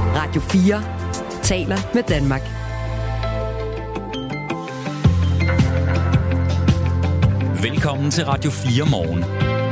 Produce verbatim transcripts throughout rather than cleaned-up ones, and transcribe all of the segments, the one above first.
Radio fire taler med Danmark. Velkommen til Radio fire Morgen.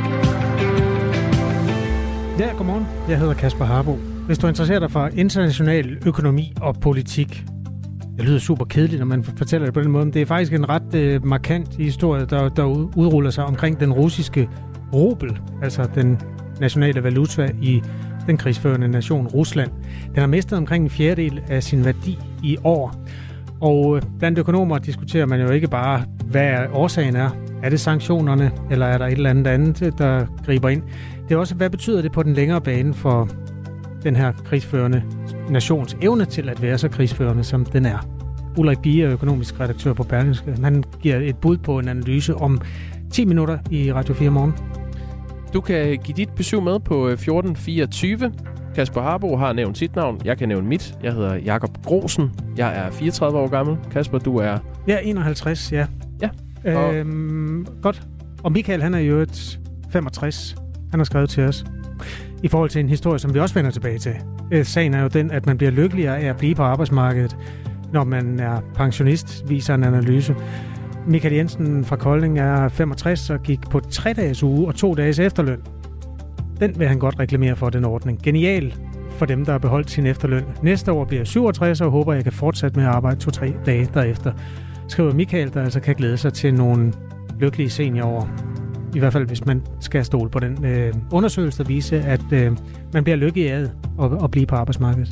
Ja, godmorgen. Jeg hedder Kasper Harbo. Hvis du interesserer dig for international økonomi og politik, det lyder super kedeligt, når man fortæller det på den måde, men det er faktisk en ret øh, markant historie, der, der udruller sig omkring den russiske rubel, altså den nationale valuta i den krigsførende nation Rusland. Den har mistet omkring en fjerdedel af sin værdi i år. Og blandt økonomer diskuterer man jo ikke bare, hvad årsagen er. Er det sanktionerne, eller er der et eller andet andet, der griber ind? Det er også, hvad betyder det på den længere bane for den her krigsførende nations evne til at være så krigsførende, som den er. Ulrik Bie er økonomisk redaktør på Berlingske. Han giver et bud på en analyse om ti minutter i Radio fire Morgen. Du kan give dit besøg med på fjorten fireogtyve. Kasper Harbo har nævnt sit navn. Jeg kan nævne mit. Jeg hedder Jakob Grosen. Jeg er fireogtredive år gammel. Kasper, du er... Ja, enoghalvtreds, ja. Ja. Og... Øhm, godt. Og Michael, han er jo et femogtres. Han har skrevet til os i forhold til en historie, som vi også vender tilbage til. Øh, sagen er jo den, at man bliver lykkeligere af at blive på arbejdsmarkedet, når man er pensionist, viser en analyse. Michael Jensen fra Kolding er femogtres og gik på tre dages uge og to dages efterløn. Den vil han godt reklamere for, den ordning. Genial for dem, der har beholdt sin efterløn. Næste år bliver jeg syvogtres og håber, jeg kan fortsætte med at arbejde to-tre dage derefter. Skriver Michael, der altså kan glæde sig til nogle lykkelige seniorår. I hvert fald, hvis man skal stole på den øh, undersøgelse, der viser, at øh, man bliver lykkelig af at, at blive på arbejdsmarkedet.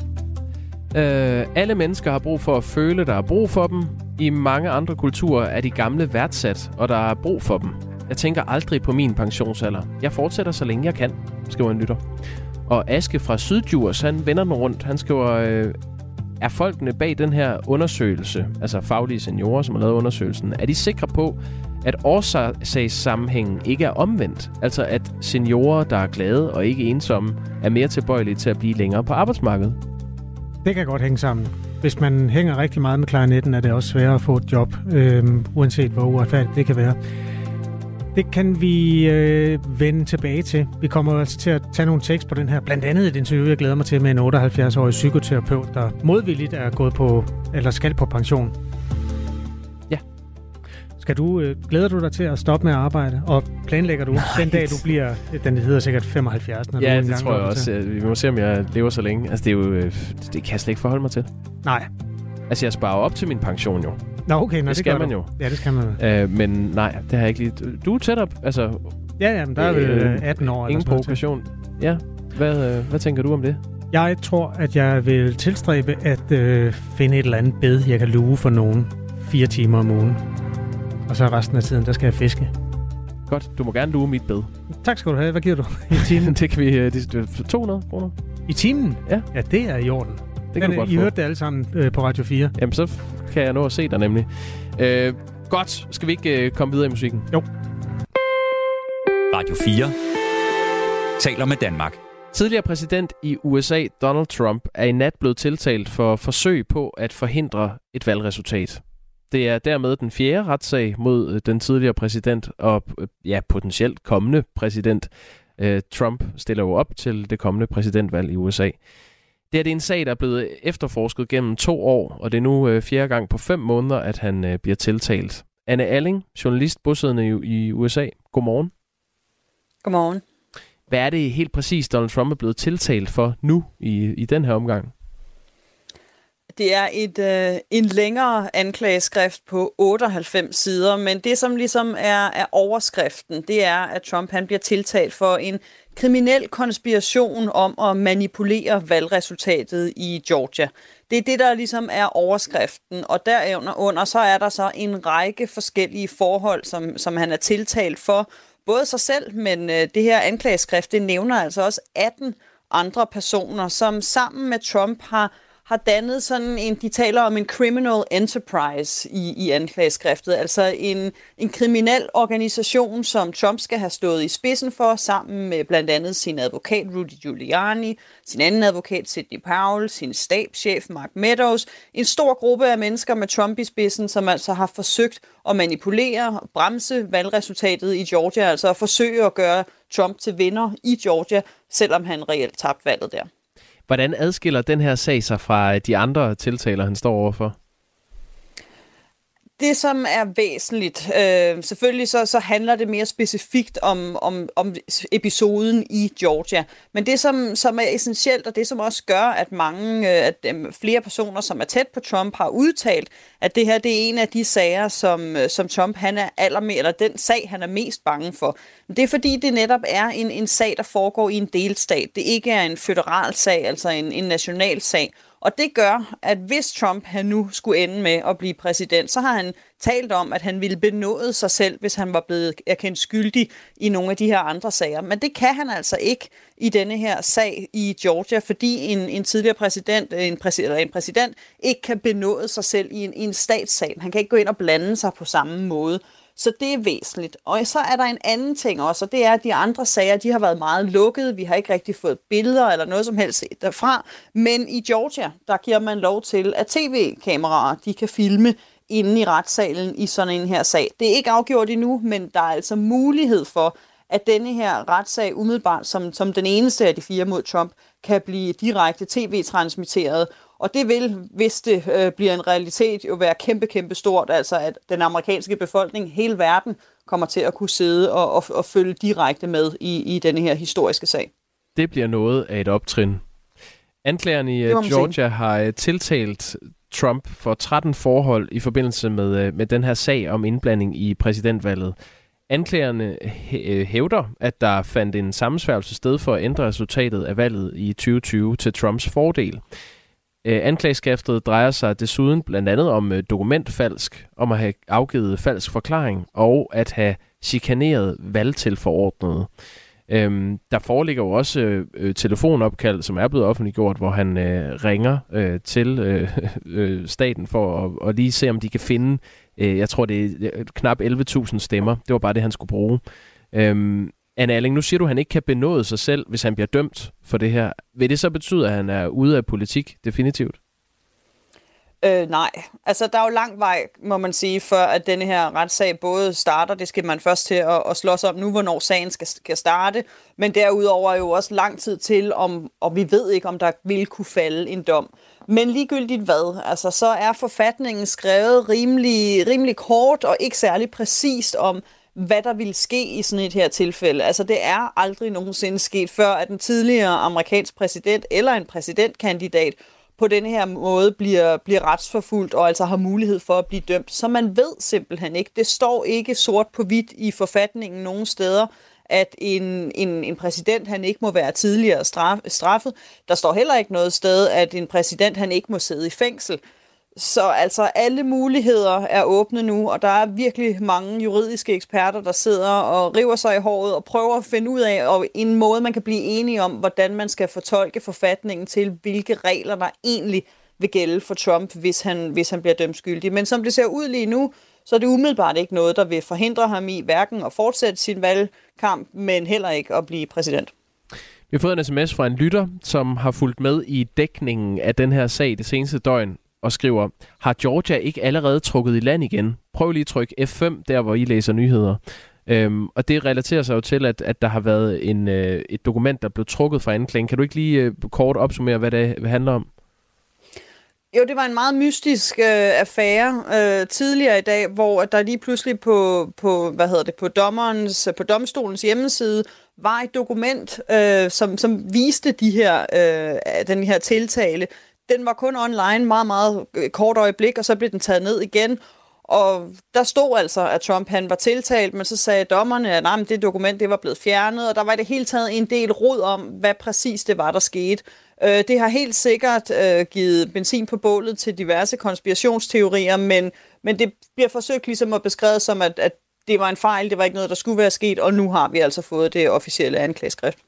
Øh, alle mennesker har brug for at føle, der er brug for dem. I mange andre kulturer er de gamle værdsat, og der er brug for dem. Jeg tænker aldrig på min pensionsalder. Jeg fortsætter, så længe jeg kan, skriver en lytter. Og Aske fra Syddjurs, han vender den rundt. Han skriver, øh, er folkene bag den her undersøgelse, altså faglige seniorer, som har lavet undersøgelsen, er de sikre på, at årsagssammenhængen ikke er omvendt? Altså at seniorer, der er glade og ikke ensomme, er mere tilbøjelige til at blive længere på arbejdsmarkedet? Det kan godt hænge sammen. Hvis man hænger rigtig meget med klarinetten, er det også sværere at få et job, øh, uanset hvor uretfærdigt det kan være. Det kan vi øh, vende tilbage til. Vi kommer altså til at tage nogle tekst på den her. Blandt andet et interview, jeg glæder mig til med en otteoghalvfjerds-årig psykoterapeut, der modvilligt er gået på, eller skal på pension. Ja. Skal du, øh, glæder du dig til at stoppe med at arbejde? Og planlægger du Nej. den dag, du bliver, den hedder sikkert femoghalvfjerds? Når ja, du det gang tror jeg også. Til. Vi må se, om jeg lever så længe. Altså, det er jo, øh, det kan jeg slet ikke forholde mig til. Nej. Altså, jeg sparer op til min pension jo. Nå, okay. Nå, det, det skal man du. jo. Ja, det skal man. Øh, men nej, det har jeg ikke lige... Du er tæt op, altså... Ja, ja, men der er vel øh, atten år. Ingen provokation. Ja, hvad, øh, hvad tænker du om det? Jeg tror, at jeg vil tilstræbe at øh, finde et eller andet bed, jeg kan luge for nogen fire timer om ugen. Og så resten af tiden, der skal jeg fiske. Godt, du må gerne luge mit bed. Tak skal du have. Hvad giver du i timen? Det kan vi... Det, to hundrede kroner. I timen? Ja. Ja, det er i orden. Det kan Men, du godt I få. hørte det alle sammen øh, på Radio fire. Jamen, så kan jeg nå at se dig nemlig. Øh, godt. Skal vi ikke øh, komme videre i musikken? Jo. Radio fire taler med Danmark. Tidligere præsident i U S A, Donald Trump, er i nat blevet tiltalt for forsøg på at forhindre et valgresultat. Det er dermed den fjerde retssag mod den tidligere præsident og ja, potentielt kommende præsident. Øh, Trump stiller jo op til det kommende præsidentvalg i U S A. Det er det en sag, der er blevet efterforsket gennem to år, og det er nu øh, fjerde gang på fem måneder, at han øh, bliver tiltalt. Anne Alling, journalist bosiddende i, i U S A. Godmorgen. Godmorgen. Hvad er det helt præcis, Donald Trump er blevet tiltalt for nu i, i den her omgang? Det er et øh, en længere anklageskrift på otteoghalvfems sider, men det som ligesom er, er overskriften, det er, at Trump han bliver tiltalt for en kriminel konspiration om at manipulere valgresultatet i Georgia. Det er det, der ligesom er overskriften, og derunder under, så er der så en række forskellige forhold, som, som han er tiltalt for. Både sig selv, men øh, det her anklageskrift, det nævner altså også atten andre personer, som sammen med Trump har har dannet sådan en, de taler om en criminal enterprise i, i anklageskriftet, altså en, en kriminel organisation, som Trump skal have stået i spidsen for, sammen med blandt andet sin advokat Rudy Giuliani, sin anden advokat Sidney Powell, sin stabschef Mark Meadows, en stor gruppe af mennesker med Trump i spidsen, som altså har forsøgt at manipulere og bremse valgresultatet i Georgia, altså at forsøge at gøre Trump til vinder i Georgia, selvom han reelt tabte valget der. Hvordan adskiller den her sag sig fra de andre tiltaler, han står overfor? Det, som er væsentligt, øh, selvfølgelig så, så handler det mere specifikt om, om, om episoden i Georgia. Men det, som, som er essentielt, og det, som også gør, at mange, at øh, flere personer, som er tæt på Trump, har udtalt, at det her det er en af de sager, som, som Trump han er allermest, eller den sag, han er mest bange for. Det er fordi, det netop er en, en sag, der foregår i en delstat. Det ikke er en føderal sag, altså en, en national sag. Og det gør, at hvis Trump han nu skulle ende med at blive præsident, så har han talt om, at han ville benåde sig selv, hvis han var blevet erkendt skyldig i nogle af de her andre sager. Men det kan han altså ikke i denne her sag i Georgia, fordi en, en tidligere præsident, en, præs, eller en præsident ikke kan benåde sig selv i en, i en statssag. Han kan ikke gå ind og blande sig på samme måde. Så det er væsentligt. Og så er der en anden ting også, og det er, at de andre sager, de har været meget lukkede. Vi har ikke rigtig fået billeder eller noget som helst derfra. Men i Georgia, der giver man lov til, at tv-kameraer, de kan filme inde i retssalen i sådan en her sag. Det er ikke afgjort endnu, men der er altså mulighed for, at denne her retssag umiddelbart, som, som den eneste af de fire mod Trump, kan blive direkte tv-transmitteret. Og det vil, hvis det øh, bliver en realitet, jo være kæmpe, kæmpe stort, altså at den amerikanske befolkning, hele verden, kommer til at kunne sidde og, og, og følge direkte med i, i denne her historiske sag. Det bliver noget af et optrin. Anklagerne i Georgia sige. har tiltalt Trump for tretten forhold i forbindelse med, med den her sag om indblanding i præsidentvalget. Anklagerne hævder, at der fandt en sammensværgelse sted for at ændre resultatet af valget i tyve tyve til Trumps fordel. Anklageskriftet drejer sig desuden blandt andet om dokumentfalsk, om at have afgivet falsk forklaring og at have chikaneret valgtilforordnede. Øhm, der foreligger jo også øh, telefonopkald, som er blevet offentliggjort, hvor han øh, ringer øh, til øh, øh, staten for at, at lige se, om de kan finde, øh, jeg tror det er knap elleve tusind stemmer. Det var bare det, han skulle bruge. Øhm, Anne Alling, nu siger du, at han ikke kan benåde sig selv, hvis han bliver dømt for det her. Vil det så betyde, at han er ude af politik definitivt? Øh, nej, altså der er jo lang vej, må man sige, før at denne her retssag både starter, det skal man først til at, at slås om nu, hvornår sagen skal, skal starte, men derudover er jo også lang tid til, om, og vi ved ikke, om der vil kunne falde en dom. Men ligegyldigt hvad, altså så er forfatningen skrevet rimelig, rimelig kort og ikke særlig præcist om, hvad der ville ske i sådan et her tilfælde. Altså det er aldrig nogensinde sket før, at en tidligere amerikansk præsident eller en præsidentkandidat på denne her måde bliver, bliver retsforfulgt og altså har mulighed for at blive dømt. Så man ved simpelthen ikke. Det står ikke sort på hvidt i forfatningen nogen steder, at en, en, en præsident han ikke må være tidligere straf, straffet. Der står heller ikke noget sted, at en præsident han ikke må sidde i fængsel. Så altså alle muligheder er åbne nu, og der er virkelig mange juridiske eksperter, der sidder og river sig i håret og prøver at finde ud af og en måde, man kan blive enige om, hvordan man skal fortolke forfatningen til, hvilke regler der egentlig vil gælde for Trump, hvis han, hvis han bliver dømt skyldig. Men som det ser ud lige nu, så er det umiddelbart ikke noget, der vil forhindre ham i hverken at fortsætte sin valgkamp, men heller ikke at blive præsident. Vi har fået en sms fra en lytter, som har fulgt med i dækningen af den her sag det seneste døgn, og skriver, har Georgia ikke allerede trukket i land igen? Prøv lige at trykke F fem, der hvor I læser nyheder. Øhm, og det relaterer sig jo til, at, at der har været en, øh, et dokument, der blev trukket fra anklagen. Kan du ikke lige øh, kort opsummere, hvad det handler om? Jo, det var en meget mystisk øh, affære øh, tidligere i dag, hvor der lige pludselig på, på hvad hedder det, på dommerens, på domstolens hjemmeside var et dokument, øh, som, som viste de her, øh, den her tiltale. Den var kun online meget, meget kort øjeblik, og så blev den taget ned igen. Og der stod altså, at Trump han var tiltalt, men så sagde dommerne, at nej, det dokument det var blevet fjernet, og der var i det hele taget en del rod om, hvad præcis det var, der skete. Det har helt sikkert givet benzin på bålet til diverse konspirationsteorier, men, men det bliver forsøgt ligesom at beskrive som, at, at det var en fejl, det var ikke noget, der skulle være sket, og nu har vi altså fået det officielle anklageskrift.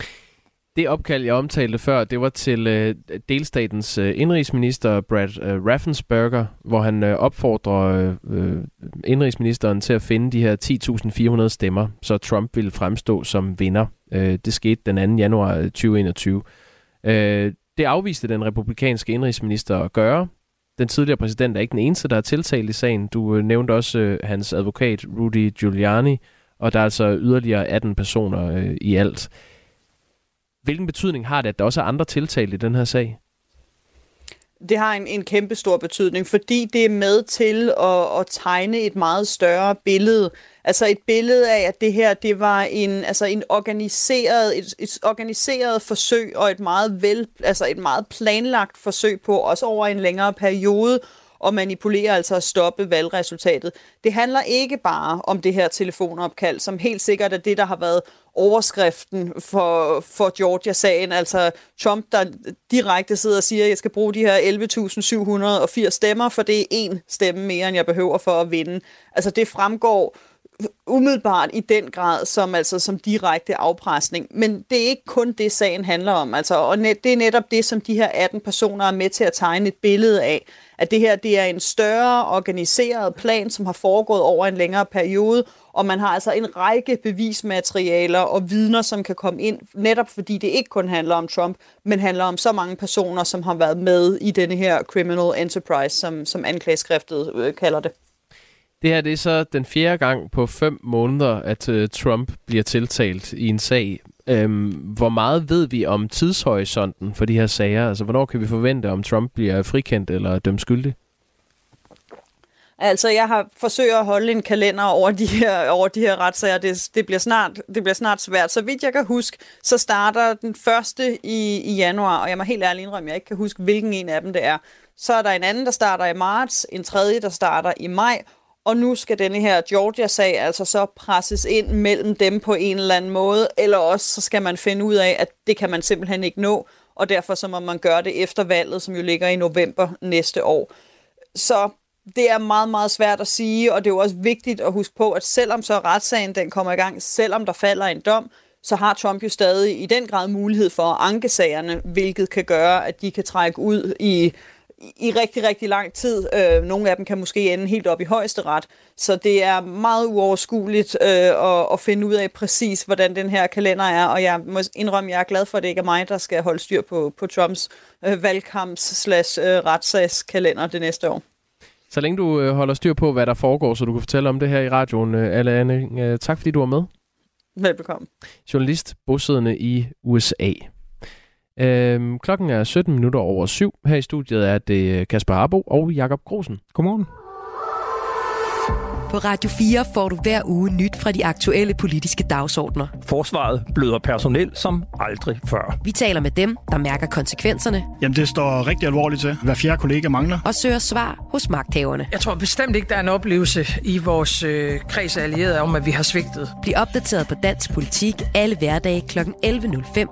Det opkald, jeg omtalte før, det var til øh, delstatens øh, indrigsminister Brad øh, Raffensperger, hvor han øh, opfordrer øh, indrigsministeren til at finde de her ti tusind fire hundrede stemmer, så Trump ville fremstå som vinder. Øh, det skete den anden januar tyve enogtyve. Øh, det afviste den republikanske indrigsminister at gøre. Den tidligere præsident er ikke den eneste, der er tiltalt i sagen. Du øh, nævnte også øh, hans advokat Rudy Giuliani, og der er altså yderligere atten personer øh, i alt. Hvilken betydning har det, at der også er andre tiltalte i den her sag? Det har en, en kæmpe stor betydning, fordi det er med til at, at tegne et meget større billede. Altså et billede af, at det her det var en, altså en organiseret, et, et organiseret forsøg og et meget, vel, altså et meget planlagt forsøg på, også over en længere periode, og manipulere, altså at stoppe valgresultatet. Det handler ikke bare om det her telefonopkald, som helt sikkert er det, der har været overskriften for, for Georgia-sagen. Altså Trump, der direkte sidder og siger, at jeg skal bruge de her elleve tusind syv hundrede og firs stemmer, for det er én stemme mere, end jeg behøver for at vinde. Altså det fremgår umiddelbart i den grad som, altså, som direkte afpresning. Men det er ikke kun det, sagen handler om. Altså, og net, det er netop det, som de her atten personer er med til at tegne et billede af. At det her det er en større organiseret plan, som har foregået over en længere periode, og man har altså en række bevismaterialer og vidner, som kan komme ind, netop fordi det ikke kun handler om Trump, men handler om så mange personer, som har været med i denne her criminal enterprise, som, som anklageskriftet øh, kalder det. Det her det er så den fjerde gang på fem måneder, at uh, Trump bliver tiltalt i en sag. Øhm, hvor meget ved vi om tidshorisonten for de her sager? Altså, hvornår kan vi forvente, om Trump bliver frikendt eller dømt skyldig? Altså, jeg har forsøgt at holde en kalender over de her, over de her retssager. Det, det, bliver snart, det bliver snart svært. Så vidt jeg kan huske, så starter den første i, i januar, og jeg må helt ærligt indrømme, at jeg ikke kan huske, hvilken en af dem det er. Så er der en anden, der starter i marts, en tredje, der starter i maj, og nu skal denne her Georgia-sag altså så presses ind mellem dem på en eller anden måde, eller også så skal man finde ud af, at det kan man simpelthen ikke nå, og derfor så må man gøre det efter valget, som jo ligger i november næste år. Så det er meget, meget svært at sige, og det er jo også vigtigt at huske på, at selvom så retssagen den kommer i gang, selvom der falder en dom, så har Trump jo stadig i den grad mulighed for at anke sagerne, hvilket kan gøre, at de kan trække ud i i rigtig, rigtig lang tid. Øh, nogle af dem kan måske ende helt op i højesteret. Så det er meget uoverskueligt øh, at, at finde ud af præcis, hvordan den her kalender er. Og jeg må indrømme, at jeg er glad for, at det ikke er mig, der skal holde styr på, på Trumps øh, valgkamps-slash-retssagskalender det næste år. Så længe du øh, holder styr på, hvad der foregår, så du kan fortælle om det her i radioen, øh, Alle Anne. Øh, tak fordi du var med. Velbekomme. Journalist bosiddende i U S A. Øhm, klokken er sytten minutter over syv. Her i studiet er det Kasper Harbo og Jakob Grosen. Godmorgen. På Radio fire får du hver uge nyt fra de aktuelle politiske dagsordner. Forsvaret bløder personel som aldrig før. Vi taler med dem, der mærker konsekvenserne. Jamen, det står rigtig alvorligt til. Hver fjerde kollega mangler. Og søger svar hos magthaverne. Jeg tror bestemt ikke, der er en oplevelse i vores øh, kreds af allierede om, at vi har svigtet. Bliv opdateret på dansk politik alle hverdage klokken elleve nul fem.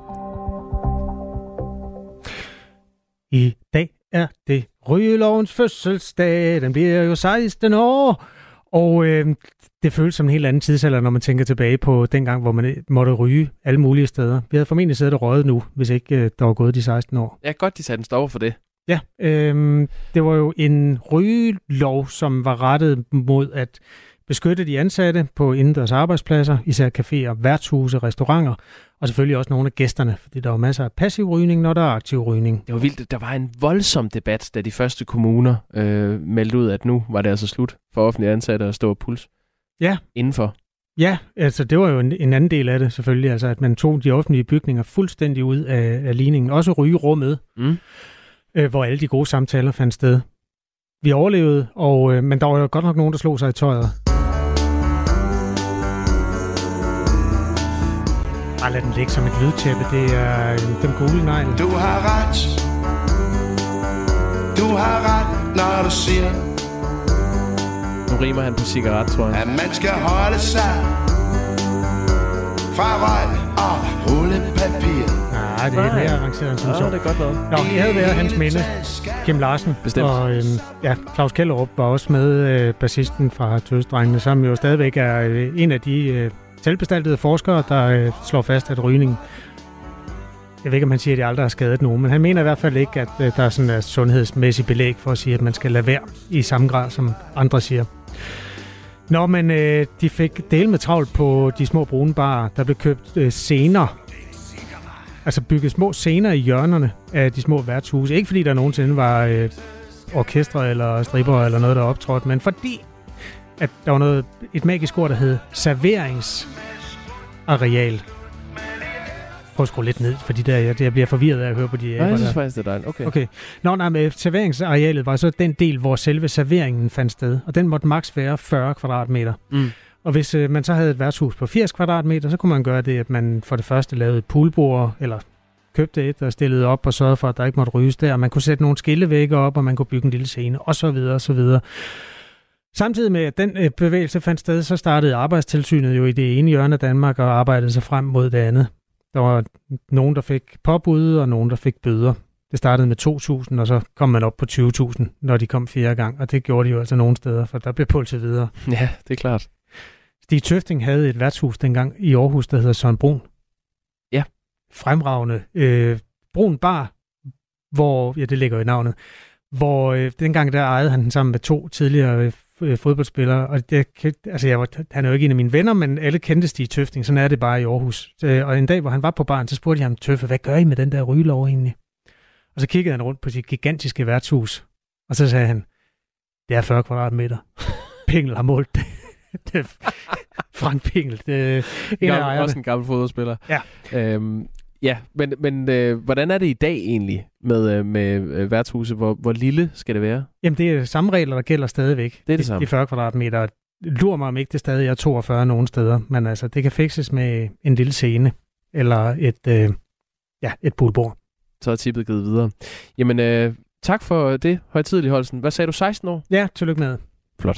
I dag er det rygelovens fødselsdag. Den bliver jo seksten år. Og øh, det føles som en helt anden tidsalder, når man tænker tilbage på dengang, hvor man måtte ryge alle mulige steder. Vi havde formentlig siddet og røget nu, hvis ikke øh, der var gået de seksten år. Ja, godt de satte en stopper for det. Ja, øh, det var jo en rygelov, som var rettet mod at beskytte de ansatte på indendørs arbejdspladser, især caféer, værtshuse, restauranter, og selvfølgelig også nogle af gæsterne, fordi der var masser af passiv rygning, når der er aktiv rygning. Det var vildt. Der var en voldsom debat, da de første kommuner øh, meldte ud, at nu var det altså slut for offentlige ansatte at stå og puls ja. indenfor. Ja, altså det var jo en, en anden del af det selvfølgelig, altså at man tog de offentlige bygninger fuldstændig ud af, af ligningen, også rygerummet, mm. øh, hvor alle de gode samtaler fandt sted. Vi overlevede, og, øh, men der var jo godt nok nogen, der slog sig i tøjet. Bare lad den ligge som et lydtæppe. Det er øh, den gule negl. Du har ret. Du har ret, når du siger. Nu rimer han på cigaret, tror jeg. At man skal holde sig fra røg og rullepapir. Nej, det er lidt mere arrangeret end som så. Ja, det er godt noget. Nå, det havde været hans minde. Kim Larsen. Bestemt. Og øhm, ja, Claus Kellerup var også med, øh, bassisten fra Tøsedrengene, som jo stadigvæk er øh, en af de øh, selvbestaltede forskere, der øh, slår fast, at rygning, jeg ved ikke, om han siger, at de aldrig har skadet nogen, men han mener i hvert fald ikke, at øh, der er sådan et sundhedsmæssigt belæg for at sige, at man skal lade være i samme grad, som andre siger. Nå, men øh, de fik del med travlt på de små brune barer. Der blev købt øh, scener, altså bygget små scener i hjørnerne af de små værtshuse. Ikke fordi der nogensinde var øh, orkestre eller stripper eller noget, der optrådte, men fordi at der var noget, et magisk ord, der hed serveringsareal. Prøv at skrue lidt ned, fordi der, jeg, jeg bliver forvirret af at høre på de æber. Nej, jeg synes der. faktisk, det er dejligt. Okay. okay. Nå, nej, men serveringsarealet var så den del, hvor selve serveringen fandt sted. Og den måtte maks være fyrre kvadratmeter. Mm. Og hvis øh, man så havde et værtshus på firs kvadratmeter, så kunne man gøre det, at man for det første lavede et poolbord, eller købte et og stillede op og sørgede for, at der ikke måtte ryges der. Man kunne sætte nogle skillevægge op, og man kunne bygge en lille scene, og så videre, og så videre. Samtidig med, at den øh, bevægelse fandt sted, så startede Arbejdstilsynet jo i det ene hjørne af Danmark og arbejdede sig frem mod det andet. Der var nogen, der fik påbud, og nogen, der fik bøder. Det startede med to tusind, og så kom man op på tyve tusind, når de kom fjerde gang. Og det gjorde de jo altså nogle steder, for der blev pulset videre. Ja, det er klart. Stig Tøfting havde et værtshus dengang i Aarhus, der hedder Søren Brun. Ja. Fremragende. Øh, Brun Bar, hvor, ja, det ligger i navnet, hvor øh, dengang der ejede han den sammen med to tidligere øh, fodboldspillere, og det, altså jeg var, han er jo ikke en af mine venner, men alle kendte Stig Tøfting, sådan er det bare i Aarhus. Så, og en dag, hvor han var på baren, så spurgte jeg ham, Tøffe, hvad gør I med den der rygelov egentlig? Og så kiggede han rundt på sit gigantiske værtshus, og så sagde han, det er fyrre kvadratmeter. Pingel har målt det. Det er Frank Pingel. Det er en gammel, af også en gammel fodboldspiller. Ja. Øhm, ja, men, men øh, hvordan er det i dag egentlig med, øh, med øh, værtshuset? Hvor, hvor lille skal det være? Jamen, det er samme regler, der gælder stadigvæk. Det er det samme. De fyrre kvadratmeter. Lurer mig om ikke, det stadig er toogfyrre nogle steder, men altså, det kan fikses med en lille scene eller et, øh, ja, et poolbord. Så er tippet givet videre. Jamen, øh, tak for det, højtideligt Holsten. Hvad sagde du, seksten år? Ja, tillykke med. Flot.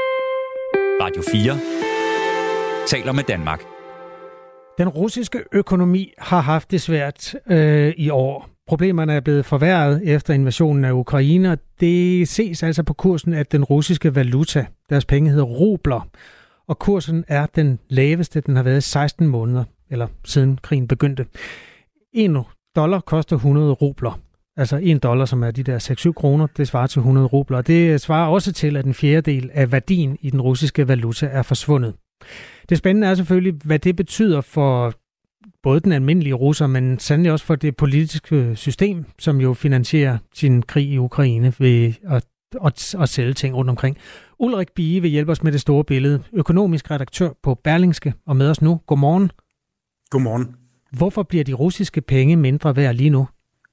Radio fire taler med Danmark. Den russiske økonomi har haft det svært øh, i år. Problemerne er blevet forværret efter invasionen af Ukraine, og det ses altså på kursen af den russiske valuta. Deres penge hedder rubler, og kursen er den laveste, den har været i seksten måneder, eller siden krigen begyndte. En dollar koster hundrede rubler. Altså en dollar, som er de der seks syv kroner, det svarer til hundrede rubler. Det svarer også til, at en fjerdedel af værdien i den russiske valuta er forsvundet. Det spændende er selvfølgelig, hvad det betyder for både den almindelige russer, men sandelig også for det politiske system, som jo finansierer sin krig i Ukraine ved at, at, at sælge ting rundt omkring. Ulrik Bie vil hjælpe os med det store billede. Økonomisk redaktør på Berlingske og med os nu. Godmorgen. Godmorgen. Hvorfor bliver de russiske penge mindre værd lige nu?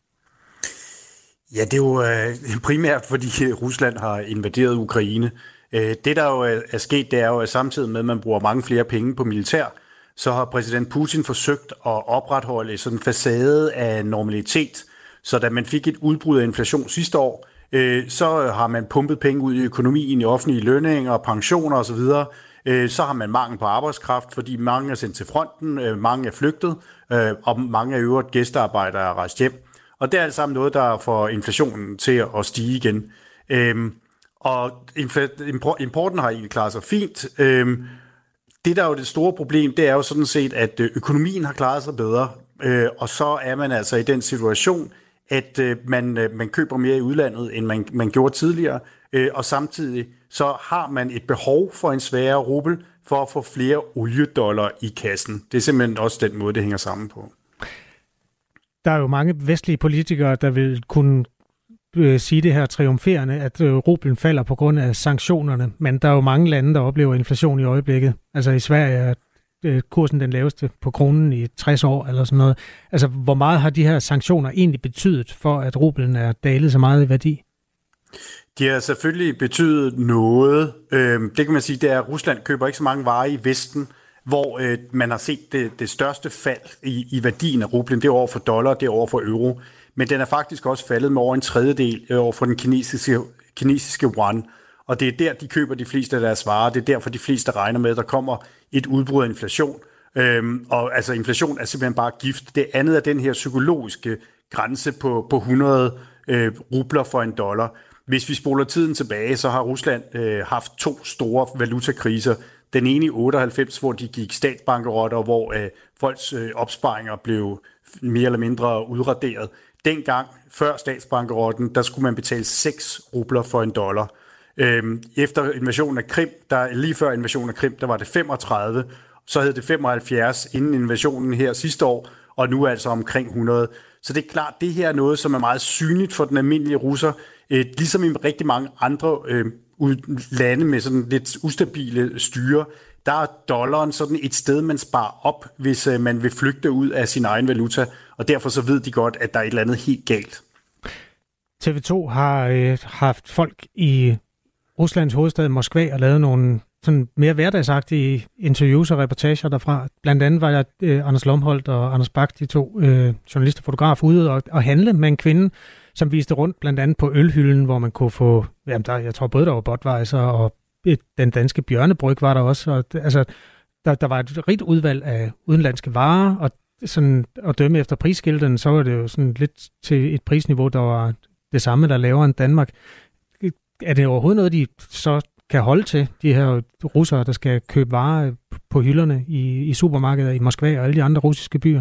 Ja, det er jo øh, primært, fordi Rusland har invaderet Ukraine. Øh, det, der jo er, er sket, det er jo, at samtidig med, at man bruger mange flere penge på militær, så har præsident Putin forsøgt at opretholde sådan en facade af normalitet. Så da man fik et udbrud af inflation sidste år, øh, så har man pumpet penge ud i økonomien, i offentlige lønninger, pensioner osv. Øh, så har man mangel på arbejdskraft, fordi mange er sendt til fronten, øh, mange er flygtet, øh, og mange af øvrigt gæstearbejdere er rejst hjem. Og det er alt sammen noget, der får inflationen til at stige igen. Øhm, og importen har egentlig klaret sig fint. Øhm, det, der er jo det store problem, det er jo sådan set, at økonomien har klaret sig bedre. Øh, og så er man altså i den situation, at øh, man, øh, man køber mere i udlandet, end man, man gjorde tidligere. Øh, og samtidig så har man et behov for en svagere rubel for at få flere oliedollar i kassen. Det er simpelthen også den måde, det hænger sammen på. Der er jo mange vestlige politikere, der vil kunne øh, sige det her triumferende, at øh, rublen falder på grund af sanktionerne. Men der er jo mange lande, der oplever inflation i øjeblikket. Altså i Sverige er øh, kursen den laveste på kronen i tres år eller sådan noget. Altså hvor meget har de her sanktioner egentlig betydet for, at rublen er dalet så meget i værdi? De har selvfølgelig betydet noget. Øh, det kan man sige, det er, at Rusland køber ikke så mange varer i Vesten, hvor øh, man har set det, det største fald i, i værdien af rublen. Det er over for dollar, det er over for euro. Men den er faktisk også faldet med over en tredjedel over for den kinesiske, kinesiske yuan. Og det er der, de køber de fleste af deres varer. Det er derfor, de fleste regner med, at der kommer et udbrud af inflation. Øhm, og altså inflation er simpelthen bare gift. Det andet er den her psykologiske grænse på, på hundrede øh, rubler for en dollar. Hvis vi spoler tiden tilbage, så har Rusland øh, haft to store valutakriser. Den ene i otteoghalvfems, hvor de gik statsbankerot, og hvor øh, folks øh, opsparinger blev mere eller mindre udraderet. Dengang, før statsbankerotten, der skulle man betale seks rubler for en dollar. Øhm, efter invasionen af Krim, der, lige før invasionen af Krim, der var det femogtredive, så hed det femoghalvfjerds inden invasionen her sidste år, og nu altså omkring hundrede. Så det er klart, det her er noget, som er meget synligt for den almindelige russer, øh, ligesom i rigtig mange andre øh, lande med sådan lidt ustabile styre. der er dollaren sådan et sted, man sparer op, hvis øh, man vil flygte ud af sin egen valuta, og derfor så ved de godt, at der er et eller andet helt galt. T V to har øh, haft folk i Ruslands hovedstad Moskva og lavet nogle sådan mere hverdagsagtige interviews og reportager derfra. Blandt andet var jeg øh, Anders Lomholdt og Anders Bak, de to øh, journalister og fotografer, ude og, og handle med en kvinde, som viste rundt blandt andet på ølhylden, hvor man kunne få, jamen der, jeg tror både der var Budweiser og et, den danske bjørnebryg var der også. Og, altså, der, der var et rigt udvalg af udenlandske varer, og sådan at dømme efter prisskiltene, så var det jo sådan lidt til et prisniveau, der var det samme, der lavere end Danmark. Er det overhovedet noget, de så kan holde til, de her russere, der skal købe varer på hylderne i, i supermarkeder i Moskva og alle de andre russiske byer?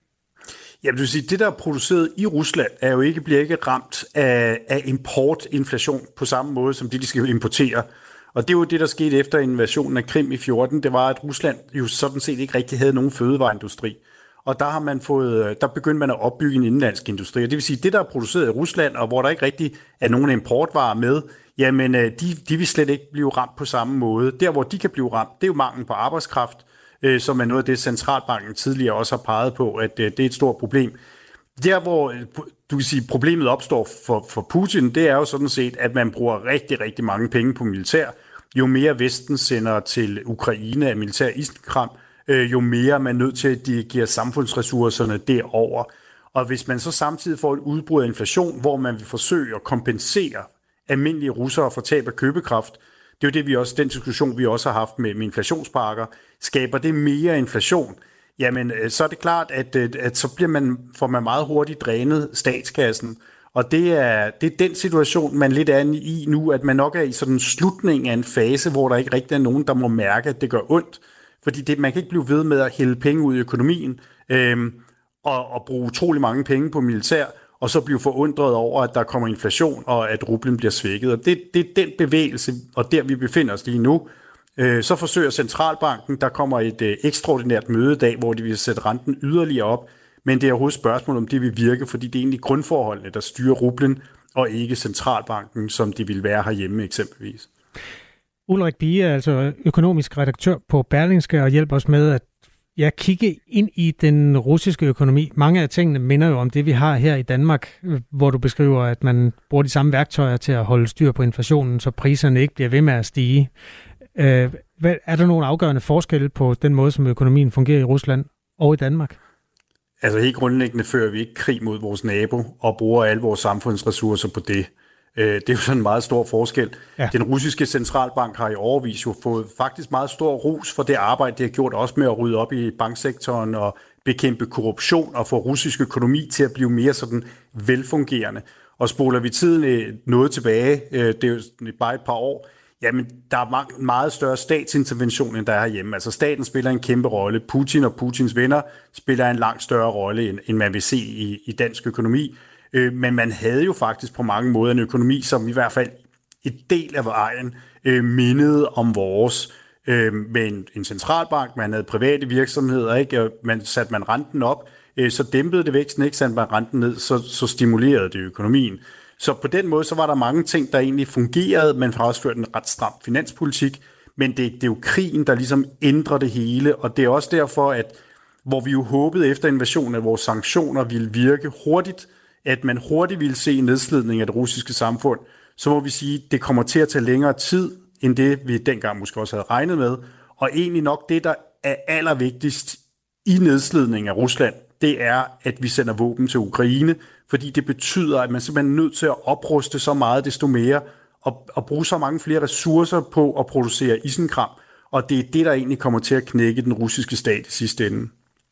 Jeg vil sige, det der er produceret i Rusland, er jo ikke, bliver ikke ramt af, af importinflation på samme måde, som det, de skal importere. Og det er jo det, der skete efter invasionen af Krim i fjorten. Det var, at Rusland jo sådan set ikke rigtig havde nogen fødevareindustri. Og der har man fået, der begyndte man at opbygge en indenlandsk industri. Og det vil sige, det der er produceret i Rusland, og hvor der ikke rigtig er nogen importvarer med, jamen de, de vil slet ikke blive ramt på samme måde. Der, hvor de kan blive ramt, det er jo mangel på arbejdskraft, øh, som er noget af det, Centralbanken tidligere også har peget på, at øh, det er et stort problem. Der, hvor du kan sige, problemet opstår for, for Putin, det er jo sådan set, at man bruger rigtig, rigtig mange penge på militær. Jo mere Vesten sender til Ukraine af militær isenkram, jo mere man er nødt til at dirigere samfundsressourcerne derover. Og hvis man så samtidig får et udbrud af inflation, hvor man vil forsøge at kompensere almindelige russere for tab af købekraft, det er jo det, vi også, den diskussion, vi også har haft med, med inflationspakker, skaber det mere inflation, jamen så er det klart, at, at så bliver man, får man meget hurtigt drænet statskassen. Og det er, det er den situation, man lidt er i nu, at man nok er i sådan en slutning af en fase, hvor der ikke rigtig er nogen, der må mærke, at det gør ondt. Fordi det, man kan ikke blive ved med at hælde penge ud i økonomien øhm, og, og bruge utrolig mange penge på militær, og så blive forundret over, at der kommer inflation, og at rublen bliver svækket. Og det, det er den bevægelse, og der vi befinder os lige nu. Øh, så forsøger Centralbanken, der kommer et øh, ekstraordinært møde i dag, hvor de vil sætte renten yderligere op, men det er overhovedet spørgsmål, om det vil virke, fordi det er egentlig grundforholdene, der styrer rublen, og ikke Centralbanken, som det vil være herhjemme eksempelvis. Ulrik Bie er altså økonomisk redaktør på Berlingske og hjælper os med at ja, kigge ind i den russiske økonomi. Mange af tingene minder jo om det, vi har her i Danmark, hvor du beskriver, at man bruger de samme værktøjer til at holde styr på inflationen, så priserne ikke bliver ved med at stige. Er der nogle afgørende forskelle på den måde, som økonomien fungerer i Rusland og i Danmark? Altså helt grundlæggende fører vi ikke krig mod vores nabo og bruger alle vores samfundsressourcer på det. Det er jo sådan en meget stor forskel. Ja. Den russiske centralbank har i årevis jo fået faktisk meget stor ros for det arbejde, det har gjort også med at rydde op i banksektoren og bekæmpe korruption og få russisk økonomi til at blive mere sådan velfungerende. Og spoler vi tiden noget tilbage, det er jo bare et par år, jamen der er meget større statsintervention, end der er herhjemme. Altså staten spiller en kæmpe rolle. Putin og Putins venner spiller en langt større rolle, end man vil se i, i dansk økonomi. Men man havde jo faktisk på mange måder en økonomi, som i hvert fald et del af vejen øh, mindede om vores. Øh, med en, en centralbank, man havde private virksomheder, ikke? Man, satte man renten op, øh, så dæmpede det væksten, ikke? Satte man renten ned, så, så stimulerede det økonomien. Så på den måde, så var der mange ting, der egentlig fungerede. Man har også ført en ret stram finanspolitik, men det, det er jo krigen, der ligesom ændrer det hele, og det er også derfor, at hvor vi jo håbede efter invasionen, at vores sanktioner ville virke hurtigt, at man hurtigt ville se en nedslidning af det russiske samfund, så må vi sige, at det kommer til at tage længere tid, end det vi dengang måske også havde regnet med. Og egentlig nok det, der er allervigtigst i nedslidning af Rusland, det er, at vi sender våben til Ukraine, fordi det betyder, at man simpelthen er nødt til at opruste så meget, desto mere, og, og bruge så mange flere ressourcer på at producere isenkram. Og det er det, der egentlig kommer til at knække den russiske stat i sidste ende.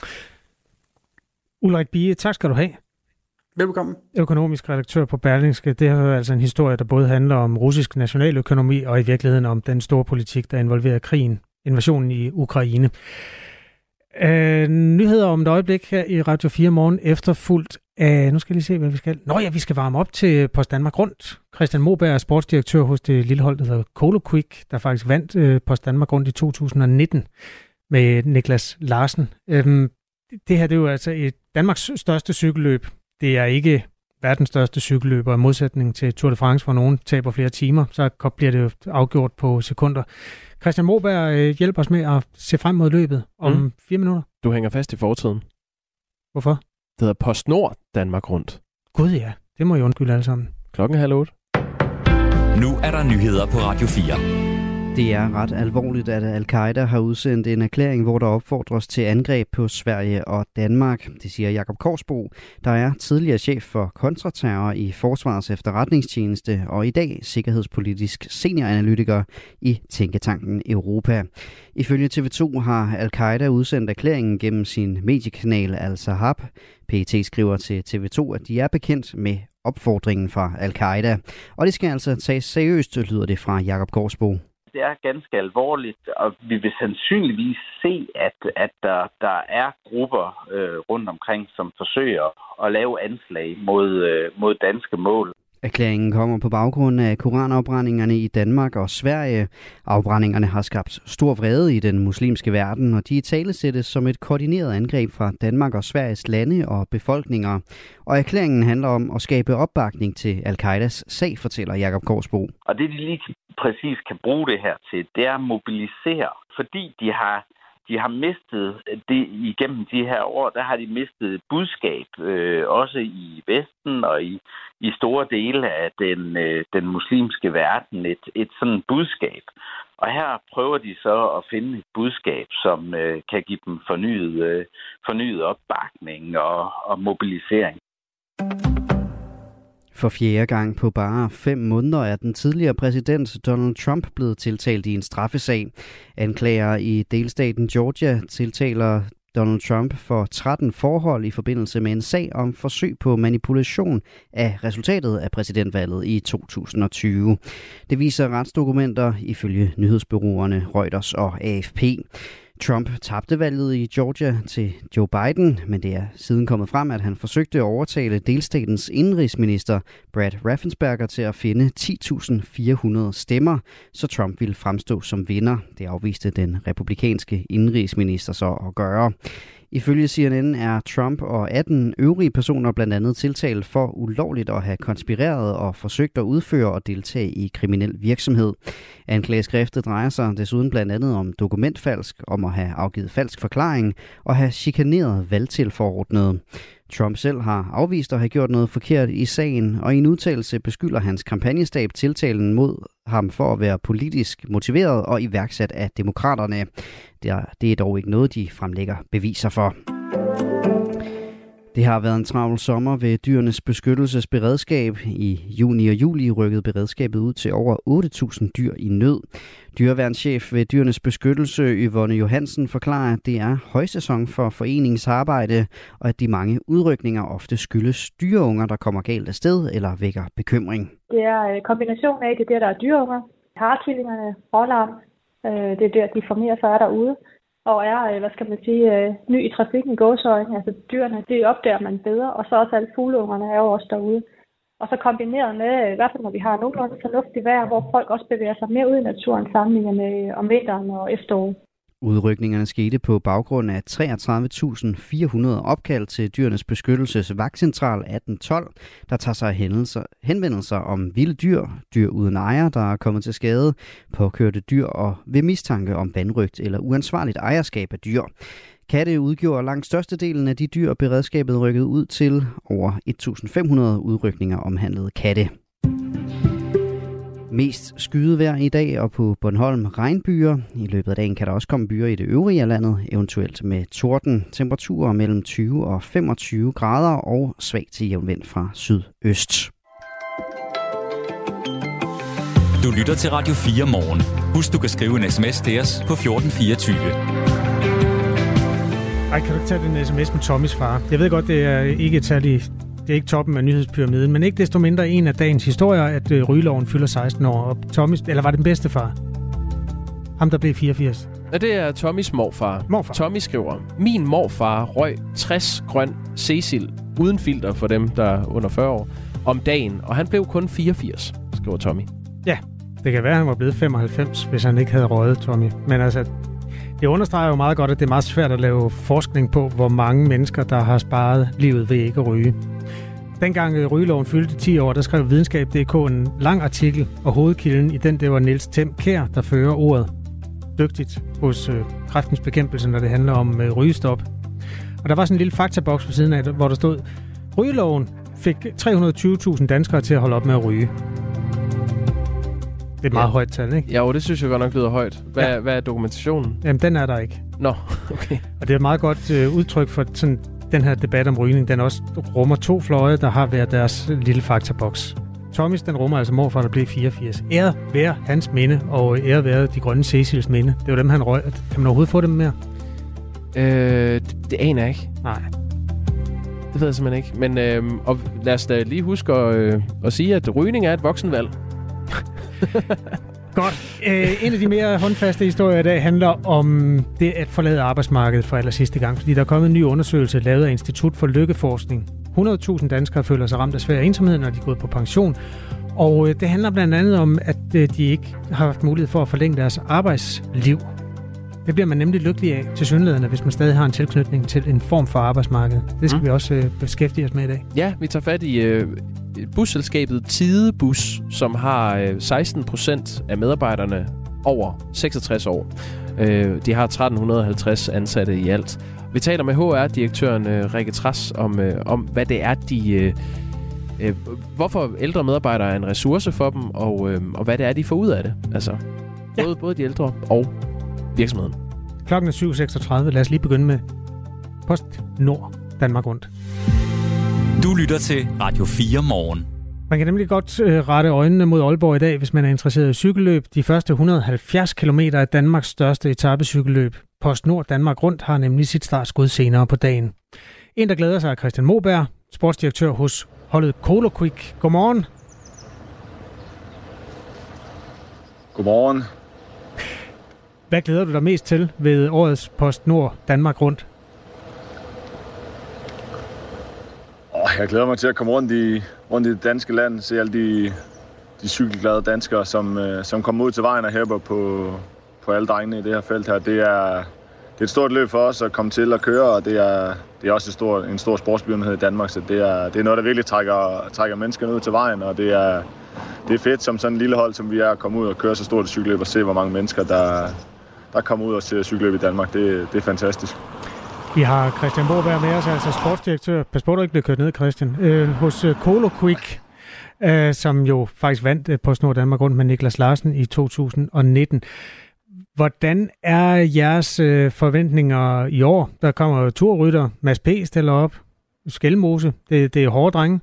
Ulrik Bie, tak skal du have. Velkommen. Økonomisk redaktør på Berlingske. Det er altså en historie, der både handler om russisk nationaløkonomi og i virkeligheden om den store politik, der involverer krigen, invasionen i Ukraine. Øh, nyheder om et øjeblik her i Radio fire morgen, efterfulgt af, nu skal jeg lige se, hvad vi skal. Nå ja, vi skal varme op til Post Danmark Rundt. Christian Moberg er sportsdirektør hos det lille hold, der hedder Colo Quick, der faktisk vandt øh, Post Danmark Rundt i to tusind nitten med Niklas Larsen. Øh, det her det er jo altså et Danmarks største cykelløb. Det er ikke verdens største cykelløber, i modsætning til Tour de France, hvor nogen taber flere timer, så bliver det jo afgjort på sekunder. Christian Moberg øh, hjælper os med at se frem mod løbet om mm. fire minutter. Du hænger fast i fortiden. Hvorfor? Det hedder PostNord Danmark Rundt. Gud ja, det må I undskylde alle sammen. Klokken er halv otte. Nu er der nyheder på Radio fire. Det er ret alvorligt, at Al-Qaida har udsendt en erklæring, hvor der opfordres til angreb på Sverige og Danmark. Det siger Jakob Korsbo, der er tidligere chef for kontraterror i Forsvarets Efterretningstjeneste og i dag sikkerhedspolitisk senioranalytiker i Tænketanken Europa. Ifølge T V to har Al-Qaida udsendt erklæringen gennem sin mediekanal Al-Sahab. P E T skriver til T V to, at de er bekendt med opfordringen fra Al-Qaida. Og det skal altså tages seriøst, lyder det fra Jakob Korsbo. Det er ganske alvorligt, og vi vil sandsynligvis se, at, at der, der er grupper øh, rundt omkring, som forsøger at lave anslag mod, øh, mod danske mål. Erklæringen kommer på baggrund af koranafbrændingerne i Danmark og Sverige. Afbrændingerne har skabt stor vrede i den muslimske verden, og de italesættes som et koordineret angreb fra Danmark og Sveriges lande og befolkninger. Og erklæringen handler om at skabe opbakning til Al-Qaidas sag, fortæller Jakob Korsbo. Og det, de lige præcis kan bruge det her til, det er at mobilisere, fordi de har De har mistet det igennem de her år, der har de mistet budskab, øh, også i Vesten og i, i store dele af den, øh, den muslimske verden, et, et sådan budskab. Og her prøver de så at finde et budskab, som øh, kan give dem fornyet, øh, fornyet opbakning og, og mobilisering. For fjerde gang på bare fem måneder er den tidligere præsident Donald Trump blevet tiltalt i en straffesag. Anklager i delstaten Georgia tiltaler Donald Trump for tretten forhold i forbindelse med en sag om forsøg på manipulation af resultatet af præsidentvalget i to tusind og tyve. Det viser retsdokumenter ifølge nyhedsbureauerne Reuters og A F P. Trump tabte valget i Georgia til Joe Biden, men det er siden kommet frem, at han forsøgte at overtale delstatens indenrigsminister Brad Raffensperger til at finde ti tusind fire hundrede stemmer, så Trump ville fremstå som vinder. Det afviste den republikanske indenrigsminister så at gøre. Ifølge C N N er Trump og atten øvrige personer blandt andet tiltalt for ulovligt at have konspireret og forsøgt at udføre og deltage i kriminel virksomhed. Anklageskriftet drejer sig desuden blandt andet om dokumentfalsk, om at have afgivet falsk forklaring og have chikaneret valgtilforordnede. Trump selv har afvist at have gjort noget forkert i sagen, og i en udtalelse beskylder hans kampagnestab tiltalen mod ham for at være politisk motiveret og iværksat af demokraterne. Det er dog ikke noget, de fremlægger beviser for. Det har været en travl sommer ved Dyrenes Beskyttelsesberedskab. I juni og juli rykkede beredskabet ud til over otte tusind dyr i nød. Dyreværnschef ved Dyrenes Beskyttelse, Yvonne Johansen, forklarer, at det er højsæson for foreningens arbejde, og at de mange udrykninger ofte skyldes dyreunger, der kommer galt af sted eller vækker bekymring. Det er kombinationen af det der, der er dyreunger, hartvillingerne, rålarm. Det er der, de formerer sig derude. Og er, hvad skal man sige, ny i trafikken i gåseøjne. Altså dyrene, det opdager man bedre, og så også alle fugleungerne er jo også derude. Og så kombineret med, i hvert fald når vi har nogenlunde fornuftigt vejr, hvor folk også bevæger sig mere ud i naturen sammenlignet med om vinteren og efteråret. Udrykningerne skete på baggrund af treogtredive tusind fire hundrede opkald til Dyrenes Beskyttelses vagtcentral atten tolv, der tager sig hændelser, henvendelser om vilde dyr, dyr uden ejer, der er kommet til skade, påkørte dyr og ved mistanke om vanrøgt eller uansvarligt ejerskab af dyr. Katte udgjorde langt størstedelen af de dyr, beredskabet rykkede ud til. Over et tusind fem hundrede udrykninger omhandlede katte. Mest skydevejr i dag, og på Bornholm regnbyer. I løbet af dagen kan der også komme byer i det øvrige af landet, eventuelt med torden. Temperaturer mellem tyve og femogtyve grader og svag til jævn vind fra sydøst. Du lytter til Radio fire morgen. Husk, du kan skrive en sms til os på fjorten fireogtyve. Ej, kan du ikke tage den sms med Tommys far? Jeg ved godt, det er ikke et særligt... Det er ikke toppen af nyhedspyramiden, men ikke desto mindre en af dagens historier, at øh, rygeloven fylder seksten år. Og Tommy, eller var det den bedste far? Ham, der blev fireogfirs. Ja, det er Tommys morfar. morfar. Tommy skriver, min morfar røg tres grøn Cecil uden filter for dem, der er under fyrre år, om dagen, og han blev kun fireogfirs, skriver Tommy. Ja, det kan være, at han var blevet femoghalvfems, hvis han ikke havde røget, Tommy. Men altså, det understreger jo meget godt, at det er meget svært at lave forskning på, hvor mange mennesker, der har sparet livet ved ikke at ryge. Dengang rygeloven fyldte ti år, der skrev videnskab punktum d k en lang artikel, og hovedkilden i den, det var Niels Them Kjær, der fører ordet dygtigt hos øh, Kræftens Bekæmpelse, når det handler om øh, rygestop. Og der var sådan en lille faktaboks på siden af, hvor der stod, rygeloven fik tre hundrede og tyve tusind danskere til at holde op med at ryge. Det er et meget ja. højt tal, ikke? Ja, og det synes jeg godt nok lyder højt. Hvad, ja. hvad er dokumentationen? Jamen, den er der ikke. Nå, okay. Og det er et meget godt øh, udtryk for sådan, den her debat om rygning. Den også rummer to fløje, der har været deres lille faktaboks. Thomas, den rummer altså morfar, der blev fireogfirs. Ære være hans minde, og ære være de grønne Cecils minde. Det var dem, han røg. Kan man overhovedet få dem mere? Øh, det, det aner jeg ikke. Nej. Det ved jeg simpelthen ikke. Men øh, og lad os da lige huske at, øh, at sige, at rygning er et voksenvalg. Godt. Øh, en af de mere håndfaste historier i dag handler om det at forlade arbejdsmarkedet for aller sidste gang, fordi der er kommet en ny undersøgelse lavet af Institut for Lykkeforskning. hundrede tusind danskere føler sig ramt af svær ensomhed, når de er gået på pension. Og øh, det handler blandt andet om, at øh, de ikke har haft mulighed for at forlænge deres arbejdsliv. Det bliver man nemlig lykkelig af til synligheden, hvis man stadig har en tilknytning til en form for arbejdsmarked. Det skal mm. vi også øh, beskæftige os med i dag. Ja, vi tager fat i øh, busselskabet Tidebus, som har øh, seksten procent af medarbejderne over seksogtres år. Øh, de har tretten halvtreds ansatte i alt. Vi taler med H R-direktøren øh, Rikke Træs om, øh, om, hvad det er, de... Øh, øh, hvorfor ældre medarbejdere er en ressource for dem, og, øh, og hvad det er, de får ud af det. Altså, både, ja. både de ældre og virksomheden. Klokken er syv seksogtredive. Lad os lige begynde med Post Nord Danmark Rundt. Du lytter til Radio fire Morgen. Man kan nemlig godt øh, rette øjnene mod Aalborg i dag, hvis man er interesseret i cykelløb. De første et hundrede og halvfjerds kilometer af Danmarks største etapecykelløb. Post Nord Danmark Rundt har nemlig sit startskud senere på dagen. En, der glæder sig, er Christian Moberg, sportsdirektør hos holdet Coloquick. Godmorgen. Godmorgen. Hvad glæder du dig mest til ved årets Post Nord Danmark Rundt? Oh, jeg glæder mig til at komme rundt i, rundt i det danske land, se alle de, de cykelglade danskere, som, som kommer ud til vejen og hæpper på, på alle drengene i det her felt her. Det er, det er et stort løb for os at komme til at køre, og det er, det er også en stor, en stor sportsbegivenhed i Danmark, så det er, det er noget, der virkelig trækker, trækker menneskerne ud til vejen, og det er, det er fedt som sådan en lille hold, som vi er, at komme ud og køre så stort et cykelløb og se, hvor mange mennesker, der, der kommer ud og ser cykelløb i Danmark. Det, det er fantastisk. Vi har Christian Moberg med os, altså sportsdirektør. Pas på, du ikke bliver kørt ned, Christian. Øh, hos Coloquick, øh, som jo faktisk vandt øh, Post Nord Danmark Rundt med Niklas Larsen i to tusind og nitten. Hvordan er jeres øh, forventninger i år? Der kommer jo turrytter. Mads P. stiller op. Skelmose. Det, det er hårde drenge.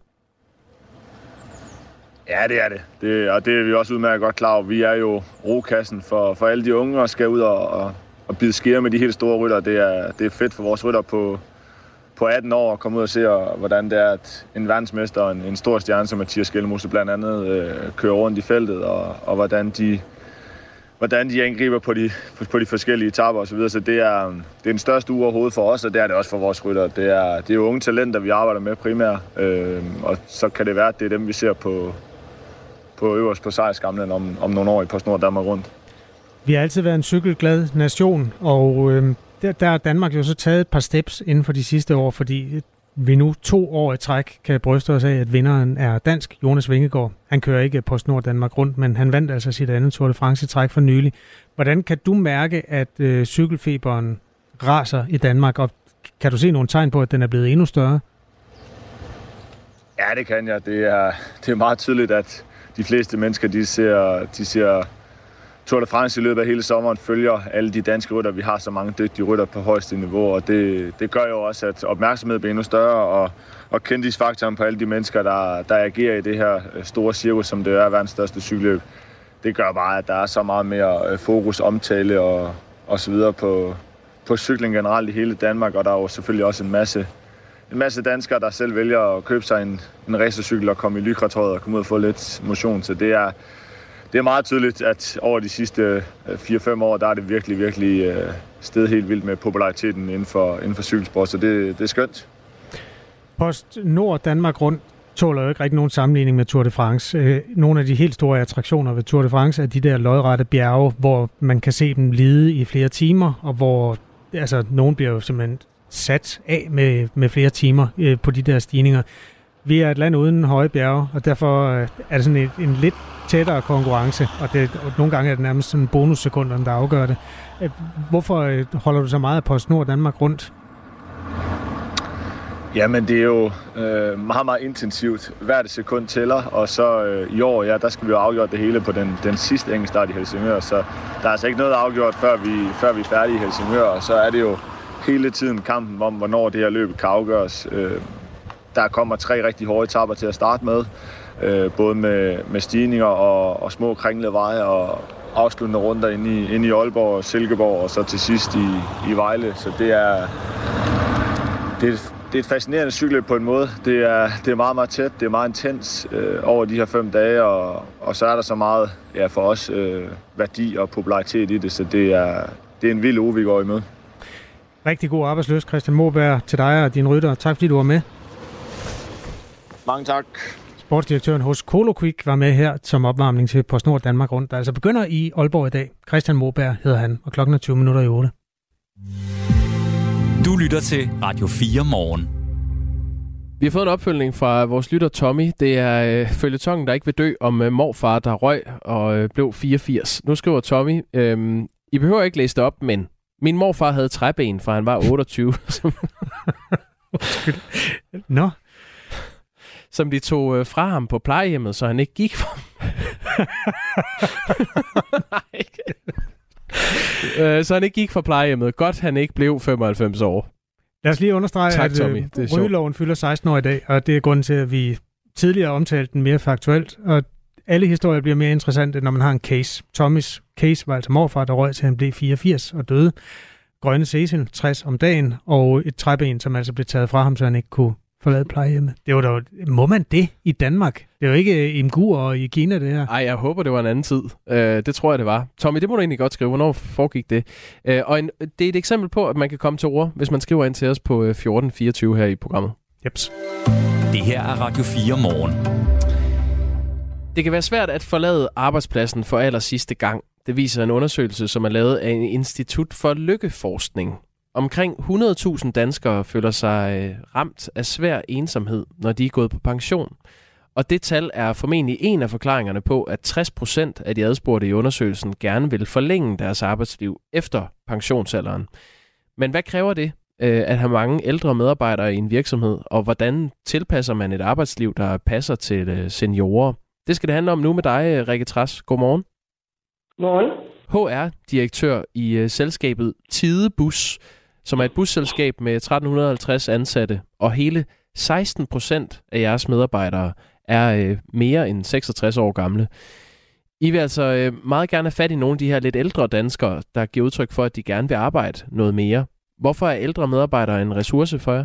Ja, det er det. det. Og det er vi også udmærket godt klar over. Vi er jo rokassen for, for alle de unge, og skal ud og, og, og bide skære med de helt store rytter. Det er, det er fedt for vores rytter på, på atten år at komme ud og se, og, hvordan det er, at en verdensmester og en, en stor stjerne som Mathias Skelmose blandt andet øh, kører rundt i feltet, og, og hvordan de hvordan de angriber på de, på de forskellige etaper osv. Så, så det er, det er den største uge overhovedet for os, og det er det også for vores rytter. Det er, det er jo unge talenter, vi arbejder med primært, øh, og så kan det være, at det er dem, vi ser på, på øverst på sejrskamlen om, om nogle år i Post Nord Danmark Rundt. Vi har altid været en cykelglad nation, og øh, der, der har Danmark jo så taget et par steps inden for de sidste år, fordi vi nu to år i træk kan bryste os af, at vinderen er dansk, Jonas Vingegaard. Han kører ikke Post Nord Danmark Rundt, men han vandt altså sit andet Tour de France i træk for nylig. Hvordan kan du mærke, at øh, cykelfeberen raser i Danmark, og kan du se nogle tegn på, at den er blevet endnu større? Ja, det kan jeg. Det er, det er meget tydeligt, at de fleste mennesker, de ser, de ser Tour de France i løbet af hele sommeren, følger alle de danske rytter. Vi har så mange dygtige rytter på højeste niveau, og det, det gør jo også, at opmærksomheden bliver endnu større, og, og kendisfaktoren på alle de mennesker, der, der agerer i det her store cirkus, som det er verdens største cykelløb. Det gør bare, at der er så meget mere fokus, omtale og, og så videre på, på cykling generelt i hele Danmark, og der er jo selvfølgelig også en masse, en masse danskere, der selv vælger at købe sig en, en racercykel og komme i lykratøjet og komme ud og få lidt motion, så det er Det er meget tydeligt, at over de sidste fire fem år, der er det virkelig, virkelig steget helt vildt med populariteten inden for, inden for cykelsport, så det, det er skønt. Post Nord Danmark Rundt tåler jo ikke rigtig nogen sammenligning med Tour de France. Nogle af de helt store attraktioner ved Tour de France er de der lodrette bjerge, hvor man kan se dem lide i flere timer, og hvor altså, nogen bliver jo simpelthen sat af med, med flere timer på de der stigninger. Vi er et land uden høje bjerge, og derfor er det sådan en, en lidt tættere konkurrence, og, det, og nogle gange er det nærmest sådan bonussekunder, der afgør det. Hvorfor holder du så meget af PostNord Danmark rundt? Jamen, det er jo øh, meget, meget intensivt. Hvert sekund tæller, og så øh, i år, ja, der skal vi jo afgjort det hele på den, den sidste enkeltstart i Helsingør, så der er altså ikke noget afgjort, før vi, før vi er færdige i Helsingør, og så er det jo hele tiden kampen om, hvornår det her løb kan afgøres. Øh, der kommer tre rigtig hårde etaper til at starte med, øh, både med, med stigninger og, og små kringlede veje og afsluttende runder inde i, inde i Aalborg og Silkeborg, og så til sidst i, i Vejle, så det er... Det er Det er et fascinerende cykelløb på en måde. Det er, det er meget, meget tæt. Det er meget intens øh, over de her fem dage, og, og så er der så meget ja, for os øh, værdi og popularitet i det, så det er, det er en vild uge, vi går imod. Rigtig god arbejdsløs, Christian Moberg, til dig og dine rytter. Tak fordi du var med. Mange tak. Sportsdirektøren hos Coloquick var med her som opvarmning til PostNord Danmark rundt, der altså begynder i Aalborg i dag. Christian Moberg hedder han, og klokken er tyve minutter i otte. Du lytter til Radio fire Morgen. Vi har fået en opfølgning fra vores lytter Tommy. Det er øh, føljetongen, der ikke vil dø, om øh, morfar, der røg og øh, blev fireogfirs. Nu skriver Tommy, øh, I behøver ikke læse det op, men min morfar havde træben, fra han var otteogtyve. Nå. No. Som de tog øh, fra ham på plejehjemmet, så han ikke gik fra Nej. Så han ikke gik fra plejehjemmet. Godt, han ikke blev femoghalvfems år. Lad os lige understrege, tak, at Tommy. rygeloven fylder seksten år i dag, og det er grunden til, at vi tidligere omtalte den mere faktuelt, og alle historier bliver mere interessante, når man har en case. Tommys case var altså morfar, der røg til han blev fireogfirs og døde. Grønne Cecil, tres om dagen, og et træben, som altså blev taget fra ham, så han ikke kunne forlade plejehjemmet. Det var dog, må man det i Danmark? Det er jo ikke i Mgur og i Kina, det her. Ej, jeg håber, det var en anden tid. Uh, det tror jeg, det var. Tommy, det må du egentlig godt skrive. Hvornår foregik det? Uh, og en, det er et eksempel på, at man kan komme til ord, hvis man skriver ind til os på fjorten fireogtyve her i programmet. Jeps. Det her er Radio fire Morgen. Det kan være svært at forlade arbejdspladsen for aller sidste gang. Det viser en undersøgelse, som er lavet af en institut for lykkeforskning. Omkring hundrede tusind danskere føler sig ramt af svær ensomhed, når de er gået på pension. Og det tal er formentlig en af forklaringerne på, at tres procent af de adspurgte i undersøgelsen gerne vil forlænge deres arbejdsliv efter pensionsalderen. Men hvad kræver det at have mange ældre medarbejdere i en virksomhed, og hvordan tilpasser man et arbejdsliv, der passer til seniorer? Det skal det handle om nu med dig, Rikke Træs. Godmorgen. Godmorgen. H R-direktør i uh, selskabet Tidebus, som er et busselskab med tretten halvtreds ansatte, og hele seksten procent af jeres medarbejdere er uh, mere end seksogtres år gamle. I vil altså uh, meget gerne have fat i nogle af de her lidt ældre danskere, der giver udtryk for, at de gerne vil arbejde noget mere. Hvorfor er ældre medarbejdere en ressource for jer?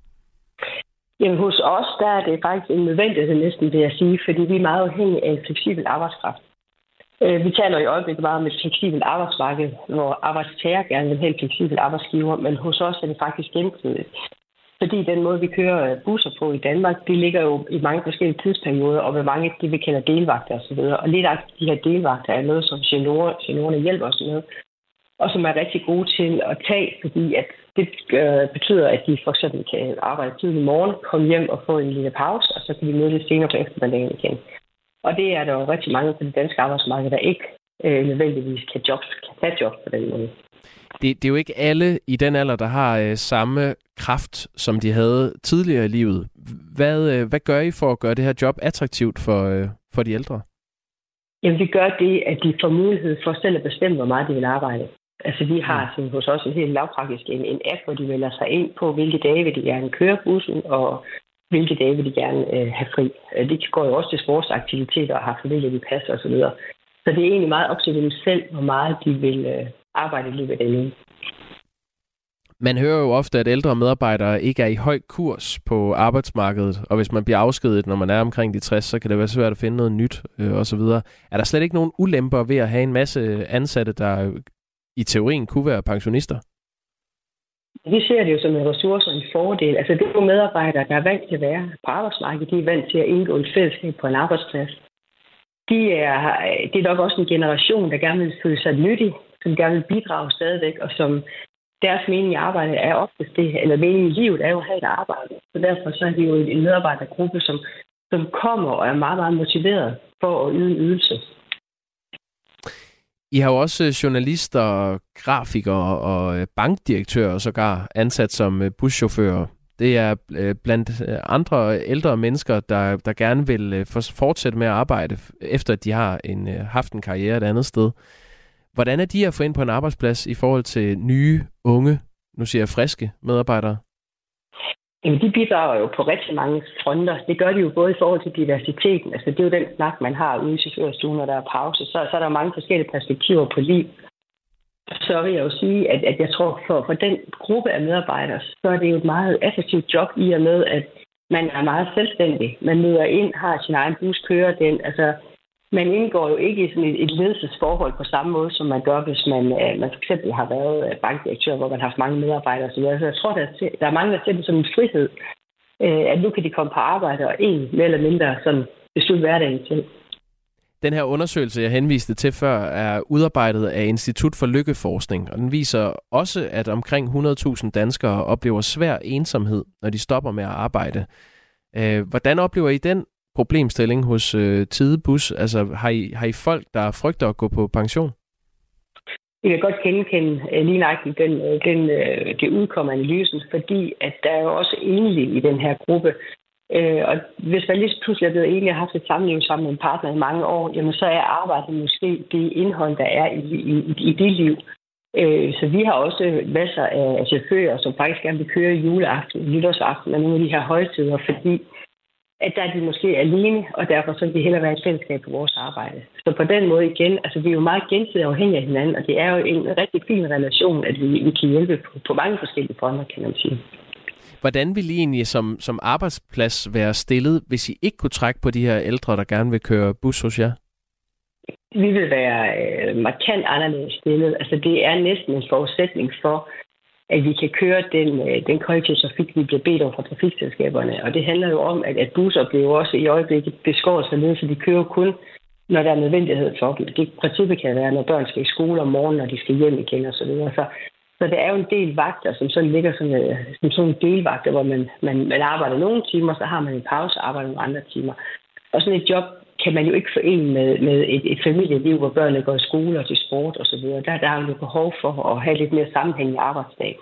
Jamen hos os, der er det faktisk en nødvendighed næsten, vil jeg sige, fordi vi er meget afhængige af en fleksibel arbejdskraft. Vi taler i øjeblikket meget om et fleksibelt arbejdsmarked, hvor arbejdstager gerne vil have en fleksibel arbejdsgiver, men hos os er det faktisk gensidigt. Fordi den måde, vi kører busser på i Danmark, det ligger jo i mange forskellige tidsperioder, og med mange det, vi kalder delvagter osv. Og lidt af de her delvagter er noget, som seniorerne hjælper os med, og som er rigtig gode til at tage, fordi at det øh, betyder, at de for eksempel kan arbejde tidligt i morgen, komme hjem og få en lille pause, og så kan de møde lidt senere på eftermiddagen igen. Og det er der jo rigtig mange på det danske arbejdsmarked, der ikke øh, nødvendigvis kan, jobs, kan tage job på den måde. Det, det er jo ikke alle i den alder, der har øh, samme kraft, som de havde tidligere i livet. Hvad, øh, hvad gør I for at gøre det her job attraktivt for, øh, for de ældre? Jamen, vi gør det, at de får mulighed for selv at bestemme, hvor meget de vil arbejde. Altså, vi har sådan, hos os en helt lavpraktisk en, en app, hvor de melder sig ind på, hvilke dage vil de gerne køre bussen, og hvilke dage vil de gerne øh, have fri. Det går jo også til sportsaktiviteter og har familie, de passer osv. Så det er egentlig meget op til dem selv, hvor meget de vil øh, arbejde i løbet af den uge. Man hører jo ofte, at ældre medarbejdere ikke er i høj kurs på arbejdsmarkedet, og hvis man bliver afskediget, når man er omkring de tres, så kan det være svært at finde noget nyt øh, osv. Er der slet ikke nogen ulemper ved at have en masse ansatte, der i teorien kunne være pensionister? Vi ser det jo som en ressource og en fordel. Altså det er jo medarbejdere, der er vant til at være på arbejdsmarkedet. De er vant til at indgå et fællesskab på en arbejdsplads. De er, det er nok også en generation, der gerne vil føle sig nyttig, som gerne vil bidrage stadigvæk, og som deres mening i arbejdet er oftest det, eller mening i livet er jo at have et arbejde. Så derfor så er det jo en medarbejdergruppe, som, som kommer og er meget, meget motiveret for at yde en ydelse. I har jo også journalister, grafikere og bankdirektører og sågar ansat som buschauffører. Det er blandt andre ældre mennesker, der, der gerne vil fortsætte med at arbejde, efter at de har en, haft en karriere et andet sted. Hvordan er de at få ind på en arbejdsplads i forhold til nye, unge, nu siger jeg friske medarbejdere? Jamen, de bidrager jo på rigtig mange fronter. Det gør de jo både i forhold til diversiteten. Altså, det er jo den snak, man har ude i chaufførstuen, når der er pause. Så, så er der mange forskellige perspektiver på liv. Så vil jeg jo sige, at, at jeg tror, for, for den gruppe af medarbejdere, så er det jo et meget effektivt job i og med, at man er meget selvstændig. Man møder ind, har sin egen bus, kører den. Altså, man indgår jo ikke i sådan et, et ledelsesforhold på samme måde, som man gør, hvis man, man for eksempel har været bankdirektør, hvor man har haft mange medarbejdere osv. Så jeg tror, der er, der er mange, der ser det som en frihed, at nu kan de komme på arbejde, og en mere eller mindre sådan beslutte hverdagen til. Den her undersøgelse, jeg henviste til før, er udarbejdet af Institut for Lykkeforskning, og den viser også, at omkring hundrede tusind danskere oplever svær ensomhed, når de stopper med at arbejde. Hvordan oplever I den problemstilling hos øh, Tidebus? Altså, har I, har I folk, der frygter at gå på pension? Jeg kan godt genkende lige nøjagtigt den, den, det udkommer analysen, fordi at der er jo også enlige i den her gruppe. Øh, og hvis man lige pludselig er blevet enige og har haft et samliv sammen med en partner i mange år, jamen så er arbejdet måske det indhold, der er i, i, i det liv. Øh, så vi har også masser af chauffører, som faktisk gerne vil køre juleaften, nytårsaften og nogle af de her højtider, fordi at der er de måske alene, og derfor så vil vi hellere være et fællesskab på vores arbejde. Så på den måde igen, altså vi er jo meget gensidigt afhængige af hinanden, og det er jo en rigtig fin relation, at vi, vi kan hjælpe på, på mange forskellige fronter, kan man sige. Hvordan ville I egentlig som, som arbejdsplads være stillet, hvis I ikke kunne trække på de her ældre, der gerne vil køre bus hos jer? Vi vil være øh, markant anderledes stillet. Altså det er næsten en forudsætning for, at vi kan køre den, den kollektive trafik, vi bliver bedt om fra trafikselskaberne. Og det handler jo om, at, at busser bliver også i øjeblikket beskåret sig ned, så de kører kun, når der er nødvendighed for dem. Det princippet kan være, når børn skal i skole om morgenen, når de skal hjem igen osv. Så, så, så det er jo en del vagter, som sådan ligger sådan, som sådan en delvagter, hvor man, man, man arbejder nogle timer, så har man en pause og arbejder nogle andre timer. Og sådan et job kan man jo ikke forene med, med et, et familieliv, hvor børnene går i skole og til sport osv. Der, der er jo behov for at have lidt mere sammenhængende arbejdsdag.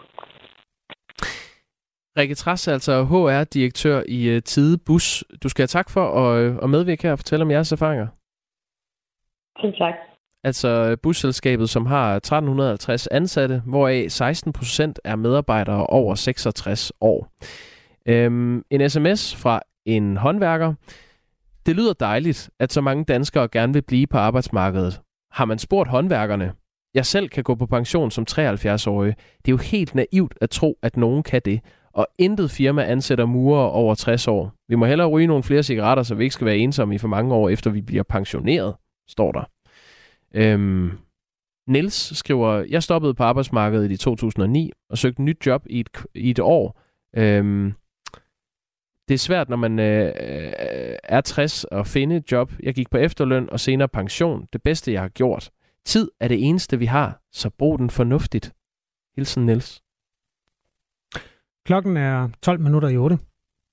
Rikke Trads, altså H R-direktør i Tidebus. Du skal have tak for at, at medvirke her og fortælle om jeres erfaringer. Selv tak. Altså busselskabet, som har tretten halvtreds ansatte, hvoraf seksten procent er medarbejdere over seksogtres år. Øhm, en sms fra en håndværker. Det lyder dejligt, at så mange danskere gerne vil blive på arbejdsmarkedet. Har man spurgt håndværkerne? Jeg selv kan gå på pension som treoghalvfjerds-årig. Det er jo helt naivt at tro, at nogen kan det. Og intet firma ansætter murere over tres år. Vi må hellere ryge nogle flere cigaretter, så vi ikke skal være ensomme i for mange år, efter vi bliver pensioneret, står der. Øhm, Niels skriver, jeg stoppede på arbejdsmarkedet i to tusind og ni og søgte et nyt job i et, i et år. Øhm, det er svært, når man øh, er tres at finde et job. Jeg gik på efterløn og senere pension. Det bedste, jeg har gjort. Tid er det eneste, vi har, så brug den fornuftigt. Hilsen Niels. Klokken er tolv minutter i otte.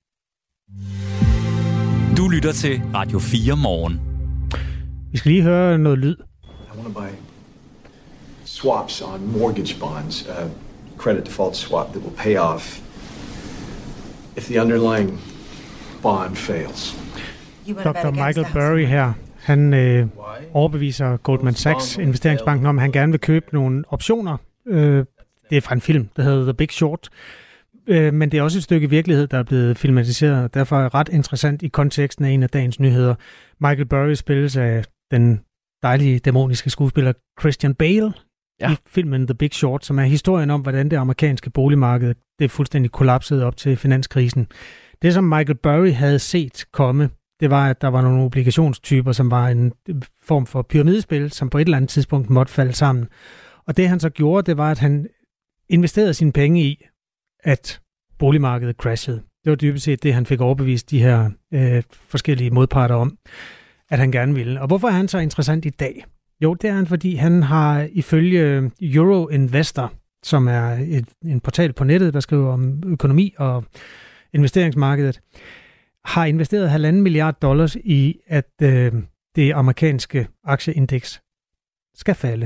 Du lytter til Radio fire Morgen. Vi skal lige høre noget lyd. I want to buy swaps on mortgage bonds, a credit default swap that will pay off if the underlying bond fails. doktor Michael Burry her, han øh, overbeviser Goldman Sachs, investeringsbanken, om at han gerne vil købe nogle optioner. Øh, det er fra en film, der hedder The Big Short. Øh, men det er også et stykke virkelighed, der er blevet filmatiseret, og derfor er ret interessant i konteksten af en af dagens nyheder. Michael Burry spilles af den dejlige, dæmoniske skuespiller Christian Bale ja. i filmen The Big Short, som er historien om, hvordan det amerikanske boligmarked det er fuldstændig kollapset op til finanskrisen. Det, som Michael Burry havde set komme, det var, at der var nogle obligationstyper, som var en form for pyramidespil, som på et eller andet tidspunkt måtte falde sammen. Og det, han så gjorde, det var, at han investerede sine penge i, at boligmarkedet crashede. Det var dybest set det, han fik overbevist de her øh, forskellige modparter om, at han gerne ville. Og hvorfor er han så interessant i dag? Jo, det er han, fordi han har ifølge Euro Investor, som er et, en portal på nettet, der skriver om økonomi og investeringsmarkedet, har investeret halvanden milliard dollars i, at øh, det amerikanske aktieindeks skal falde.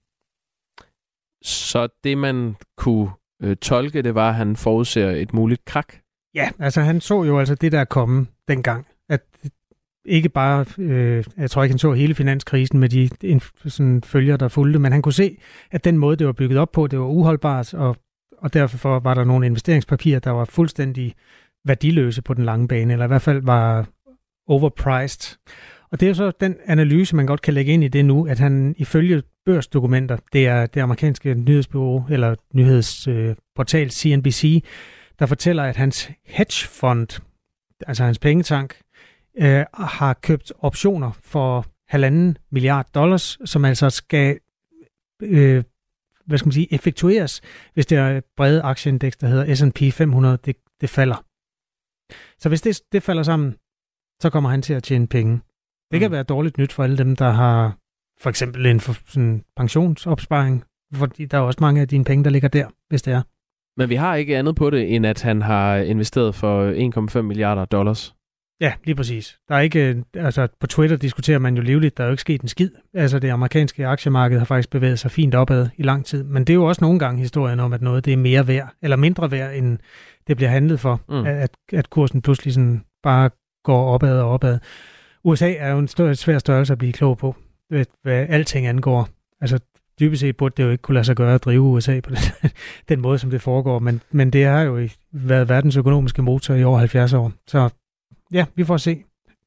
Så det, man kunne øh, tolke, det var, at han forudser et muligt krak? Ja, altså han så jo altså det, der er kommet dengang. At ikke bare, øh, jeg tror ikke, han så hele finanskrisen med de sådan, følger, der fulgte, men han kunne se, at den måde, det var bygget op på, det var uholdbart, og, og derfor var der nogle investeringspapirer, der var fuldstændig værdiløse på den lange bane, eller i hvert fald var overpriced. Og det er jo så den analyse, man godt kan lægge ind i det nu, at han ifølge børsdokumenter, det er det amerikanske nyhedsbureau, eller nyhedsportal øh, C N B C, der fortæller, at hans hedgefond, altså hans pengetank, øh, har købt optioner for halvanden milliard dollars, som altså skal øh, hvad skal man sige, effektueres, hvis det er et brede aktieindeks, der hedder S and P fem hundrede, det, det falder. Så hvis det, det falder sammen, så kommer han til at tjene penge. Det kan være dårligt nyt for alle dem, der har for eksempel en for, sådan, pensionsopsparing, fordi der er også mange af dine penge, der ligger der, hvis det er. Men vi har ikke andet på det, end at han har investeret for en komma fem milliarder dollars. Ja, lige præcis. Der er ikke, altså på Twitter diskuterer man jo livligt, der er jo ikke sket en skid. Altså det amerikanske aktiemarked har faktisk bevæget sig fint opad i lang tid, men det er jo også nogle gange historien om, at noget det er mere værd, eller mindre værd, end det bliver handlet for, mm. at, at kursen pludselig sådan bare går opad og opad. U S A er jo en større, svær størrelse at blive klog på, hvad, hvad alting angår. Altså dybest set burde det jo ikke kunne lade sig gøre at drive U S A på den, den måde, som det foregår, men, men det har jo været verdens økonomiske motor i over halvfjerds år. Så ja, vi får se.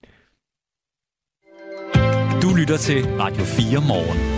Du lytter til Radio fire Morgen.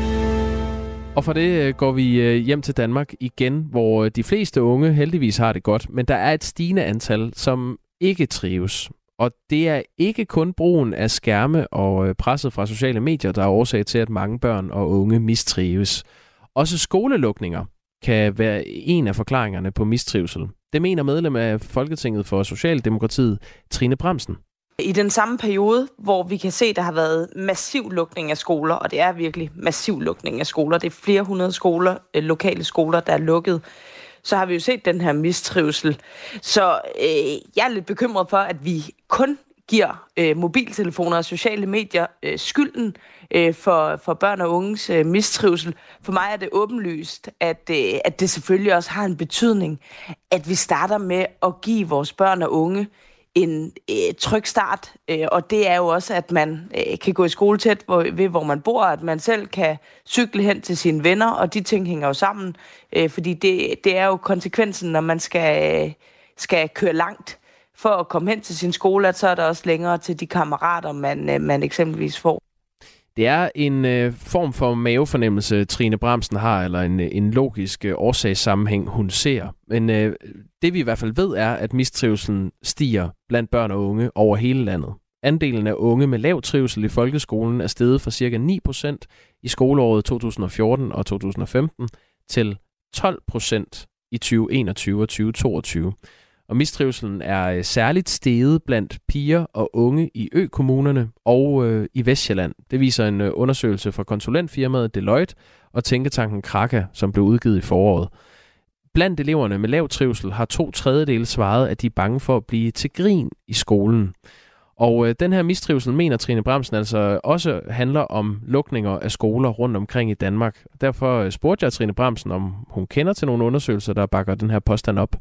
Og for det går vi hjem til Danmark igen, hvor de fleste unge heldigvis har det godt, men der er et stigende antal, som ikke trives. Og det er ikke kun brugen af skærme og presset fra sociale medier, der er årsag til, at mange børn og unge mistrives. Også skolelukninger kan være en af forklaringerne på mistrivsel. Det mener medlem af Folketinget for Socialdemokratiet, Trine Bramsen. I den samme periode, hvor vi kan se, at der har været massiv lukning af skoler, og det er virkelig massiv lukning af skoler, det er flere hundrede skoler, lokale skoler, der er lukket, så har vi jo set den her mistrivsel. Så øh, jeg er lidt bekymret for, at vi kun giver øh, mobiltelefoner og sociale medier øh, skylden øh, for, for børn og unges øh, mistrivsel. For mig er det åbenlyst, at, øh, at det selvfølgelig også har en betydning, at vi starter med at give vores børn og unge en øh, tryg start, øh, og det er jo også, at man øh, kan gå i skole tæt hvor, ved, hvor man bor, at man selv kan cykle hen til sine venner, og de ting hænger jo sammen, øh, fordi det, det er jo konsekvensen, når man skal, øh, skal køre langt for at komme hen til sin skole, at så er der også længere til de kammerater, man, øh, man eksempelvis får. Det er en øh, form for mavefornemmelse, Trine Bramsen har, eller en, en logisk øh, årsagssammenhæng, hun ser. Men øh, det vi i hvert fald ved er, at mistrivselen stiger blandt børn og unge over hele landet. Andelen af unge med lav trivsel i folkeskolen er steget fra ca. ni procent i skoleåret to tusind og fjorten og to tusind og femten til tolv procent i tyve enogtyve og tyve toogtyve. Og mistrivselen er særligt steget blandt piger og unge i ø-kommunerne og øh, i Vestsjælland. Det viser en øh, undersøgelse fra konsulentfirmaet Deloitte og tænketanken Kraka, som blev udgivet i foråret. Blandt eleverne med lav trivsel har to tredjedele svaret, at de er bange for at blive til grin i skolen. Og øh, den her mistrivsel, mener Trine Bramsen, altså også handler om lukninger af skoler rundt omkring i Danmark. Derfor øh, spurgte jeg Trine Bramsen, om hun kender til nogle undersøgelser, der bakker den her påstand op.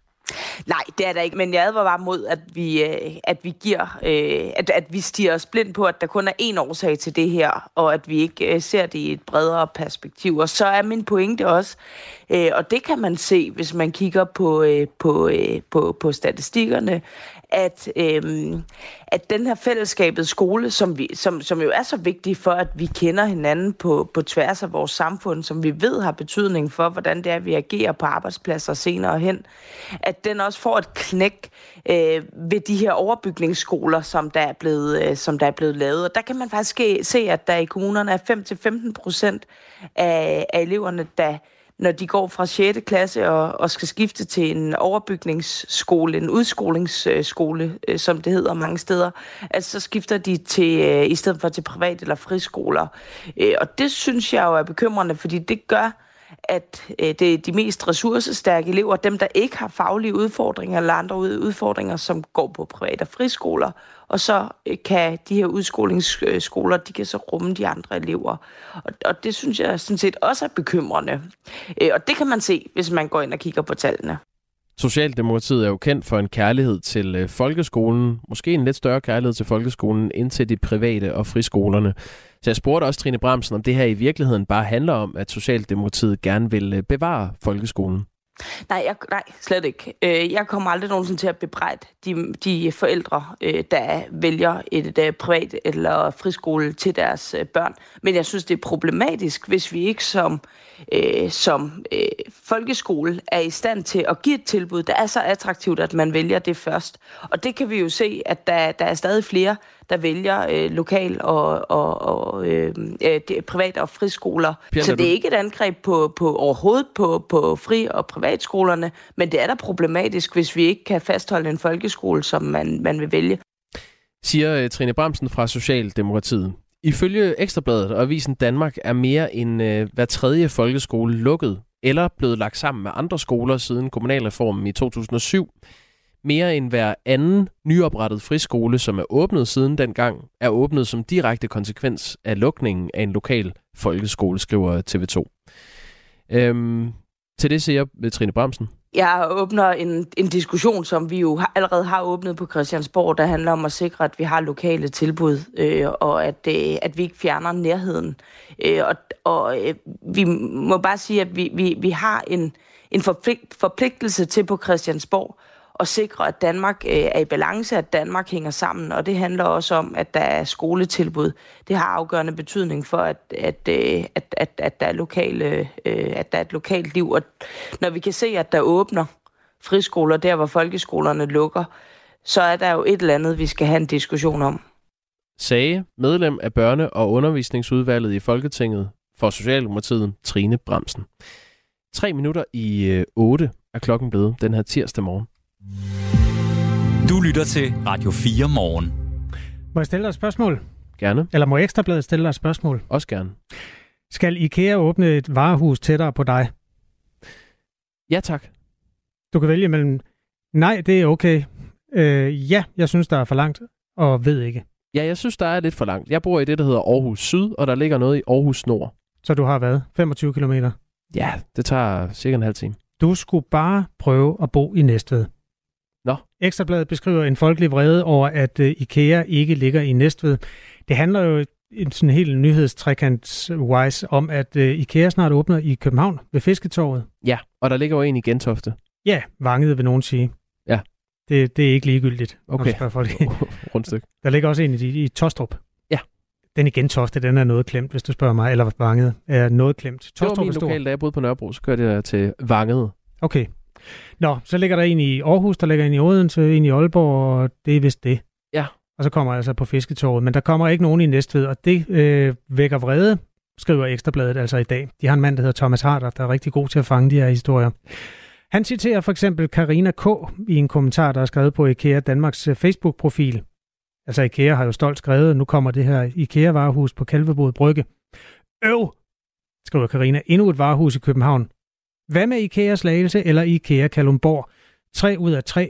Nej, det er der ikke, men jeg advarer mod, at vi, at vi giver, at, at vi stiger os blind på, at der kun er én årsag til det her, og at vi ikke ser det i et bredere perspektiv. Og så er min pointe også, og det kan man se, hvis man kigger på, på, på, på statistikkerne, at, øhm, at den her fællesskabets skole, som, vi, som, som jo er så vigtig for, at vi kender hinanden på, på tværs af vores samfund, som vi ved har betydning for, hvordan det er, vi agerer på arbejdspladser senere hen, at den også får et knæk øh, ved de her overbygningsskoler, som der, er blevet, øh, som der er blevet lavet. Og der kan man faktisk se, at der i kommunerne er fem til femten procent af, af eleverne, der når de går fra sjette klasse og, og skal skifte til en overbygningsskole, en udskolingsskole, øh, som det hedder mange steder, altså så skifter de til, øh, i stedet for til privat- eller friskoler. Øh, og det synes jeg jo er bekymrende, fordi det gør, at øh, det er de mest ressourcestærke elever, dem der ikke har faglige udfordringer eller andre udfordringer, som går på private og friskoler, og så øh, kan de her udskolingsskoler, de kan så rumme de andre elever. Og, og det synes jeg sådan set også er bekymrende. Øh, og det kan man se, hvis man går ind og kigger på tallene. Socialdemokratiet er jo kendt for en kærlighed til øh, folkeskolen, måske en lidt større kærlighed til folkeskolen, end til de private og friskolerne. Så jeg spurgte også Trine Bramsen, om det her i virkeligheden bare handler om, at Socialdemokratiet gerne vil øh, bevare folkeskolen. Nej, jeg, nej, slet ikke. Jeg kommer aldrig nogensinde til at bebrejde de, de forældre, der vælger et, et privat eller friskole til deres børn. Men jeg synes, det er problematisk, hvis vi ikke som, øh, som øh, folkeskole er i stand til at give et tilbud, der er så attraktivt, at man vælger det først. Og det kan vi jo se, at der, der er stadig flere, der vælger øh, lokal og, og, og øh, private og friskoler. Pia, så det er du... ikke et angreb på, på overhovedet på, på fri- og privatskolerne, men det er da problematisk, hvis vi ikke kan fastholde en folkeskole, som man, man vil vælge. Siger uh, Trine Bramsen fra Socialdemokratiet. Ifølge Ekstrabladet og Avisen Danmark er mere end uh, hver tredje folkeskole lukket eller blevet lagt sammen med andre skoler siden kommunalreformen i to tusind og syv. Mere end hver anden nyoprettet friskole, som er åbnet siden dengang, er åbnet som direkte konsekvens af lukningen af en lokal folkeskole, skriver T V to. Øhm, til det siger Trine Bramsen. Jeg åbner en, en diskussion, som vi jo har, allerede har åbnet på Christiansborg, der handler om at sikre, at vi har lokale tilbud, øh, og at, øh, at vi ikke fjerner nærheden. Øh, og og øh, vi må bare sige, at vi, vi, vi har en, en forpligt, forpligtelse til på Christiansborg og sikre, at Danmark øh, er i balance, at Danmark hænger sammen. Og det handler også om, at der er skoletilbud. Det har afgørende betydning for, at, at, øh, at, at, at, der, er lokale, øh, at der er et lokalt liv. Og når vi kan se, at der åbner friskoler der, hvor folkeskolerne lukker, så er der jo et eller andet, vi skal have en diskussion om. Sagde medlem af børne- og undervisningsudvalget i Folketinget for Socialdemokratiet, Trine Bramsen. Tre minutter i øh, otte er klokken blevet den her tirsdag morgen. Du lytter til Radio fire Morgen. Må jeg stille dig et spørgsmål? Gerne. Eller må Ekstrabladet stille dig et spørgsmål? Også gerne. Skal IKEA åbne et varehus tættere på dig? Ja, tak. Du kan vælge mellem, nej, det er okay. Øh, ja, jeg synes, der er for langt, og ved ikke. Ja, jeg synes, der er lidt for langt. Jeg bor i det, der hedder Aarhus Syd, og der ligger noget i Aarhus Nord. Så du har været femogtyve kilometer? Ja, det tager cirka en halv time. Du skulle bare prøve at bo i Næstved. Nå. Ekstrabladet beskriver en folkelig vrede over, at uh, IKEA ikke ligger i Næstved. Det handler jo en sådan helt nyhedstrekants-wise om, at uh, IKEA snart åbner i København ved Fisketorvet. Ja, og der ligger jo en i Gentofte. Ja, Vanget vil nogen sige. Ja. Det, det er ikke ligegyldigt. Okay. Folk. Rundstykke. Der ligger også en i, i Tostrup. Ja. Den i Gentofte, den er noget klemt, hvis du spørger mig. Eller Vanget er noget klemt. Tostrup det var min lokal, da jeg boede på Nørrebro, så kørte jeg til Vanget. Okay. Nå, så ligger der en i Aarhus, der ligger en i Odense, en i Aalborg, og det er vist det. Ja. Og så kommer jeg altså på Fisketorvet, men der kommer ikke nogen i Næstved, og det øh, vækker vrede, skriver Ekstrabladet altså i dag. De har en mand, der hedder Thomas Harder, der er rigtig god til at fange de her historier. Han citerer for eksempel Karina K. i en kommentar, der er skrevet på IKEA Danmarks Facebook-profil. Altså IKEA har jo stolt skrevet, nu kommer det her IKEA-varehus på Kalvebod Brygge. Øv, skriver Karina, endnu et varehus i København. Hvad med IKEA Slagelse eller IKEA Kalundborg? Tre ud af tre.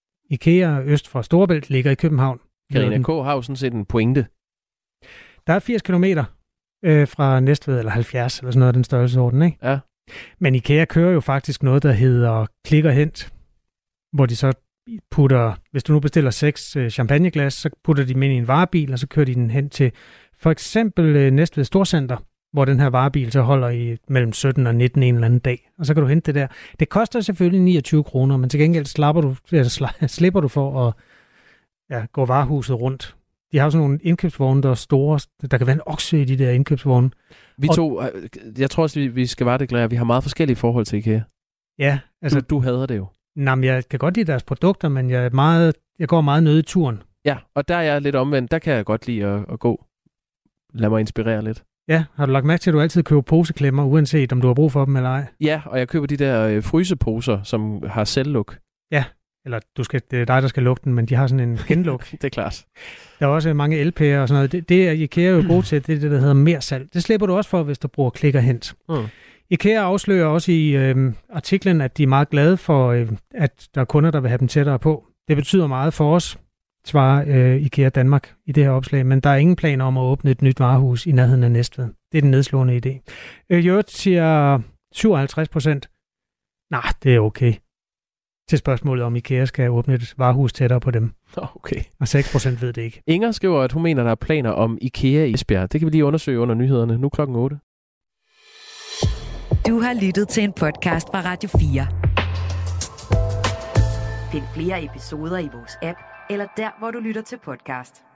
IKEA øst for Storebælt ligger i København. Karina K. har jo sådan set en pointe. Der er firs kilometer øh, fra Næstved, eller halvfjerds, eller sådan noget af den størrelsesorden, ikke? Ja. Men IKEA kører jo faktisk noget, der hedder klik og hent, hvor de så putter, hvis du nu bestiller seks øh, champagneglas, så putter de dem ind i en varebil, og så kører de den hen til for eksempel øh, Næstved Storcenter, hvor den her varebil så holder i mellem sytten og nitten en eller anden dag. Og så kan du hente det der. Det koster selvfølgelig niogtyve kroner, men til gengæld slapper du, eller slipper du for at ja, gå varehuset rundt. De har jo sådan nogle indkøbsvogne, der er store. Der kan være en okse i de der indkøbsvogne. Vi og, to, jeg tror også, vi skal bare deklarere, at vi har meget forskellige forhold til IKEA. Ja. Altså, du, du hader det jo. Nej, men jeg kan godt lide deres produkter, men jeg, er meget, jeg går meget nede i turen. Ja, og der er jeg lidt omvendt. Der kan jeg godt lide at, at gå. Lad mig inspirere lidt. Ja, har du lagt mærke til, at du altid køber poseklemmer, uanset om du har brug for dem eller ej? Ja, og jeg køber de der øh, fryseposer, som har selvluk. Ja, eller du skal, det er dig, der skal lukke den, men de har sådan en genluk. Det er klart. Der er også mange L P'er og sådan noget. Det, det er IKEA jo god til, det er det, der hedder mere salg. Det slipper du også for, hvis du bruger klik og hent. Mm. IKEA afslører også i øh, artiklen, at de er meget glade for, øh, at der er kunder, der vil have dem tættere på. Det betyder meget for os, svarer øh, IKEA Danmark i det her opslag, men der er ingen planer om at åbne et nyt varehus i nærheden af Næstved. Det er den nedslående idé. Øh, Jørgen siger syvoghalvtreds procent. Nej, det er okay. Til spørgsmålet om IKEA skal åbne et varehus tættere på dem. Okay. Og seks procent ved det ikke. Inger skriver, at hun mener, der er planer om IKEA i Esbjerg. Det kan vi lige undersøge under nyhederne. Nu klokken otte. Du har lyttet til en podcast fra Radio fire. Find flere episoder i vores app, eller der, hvor du lytter til podcast.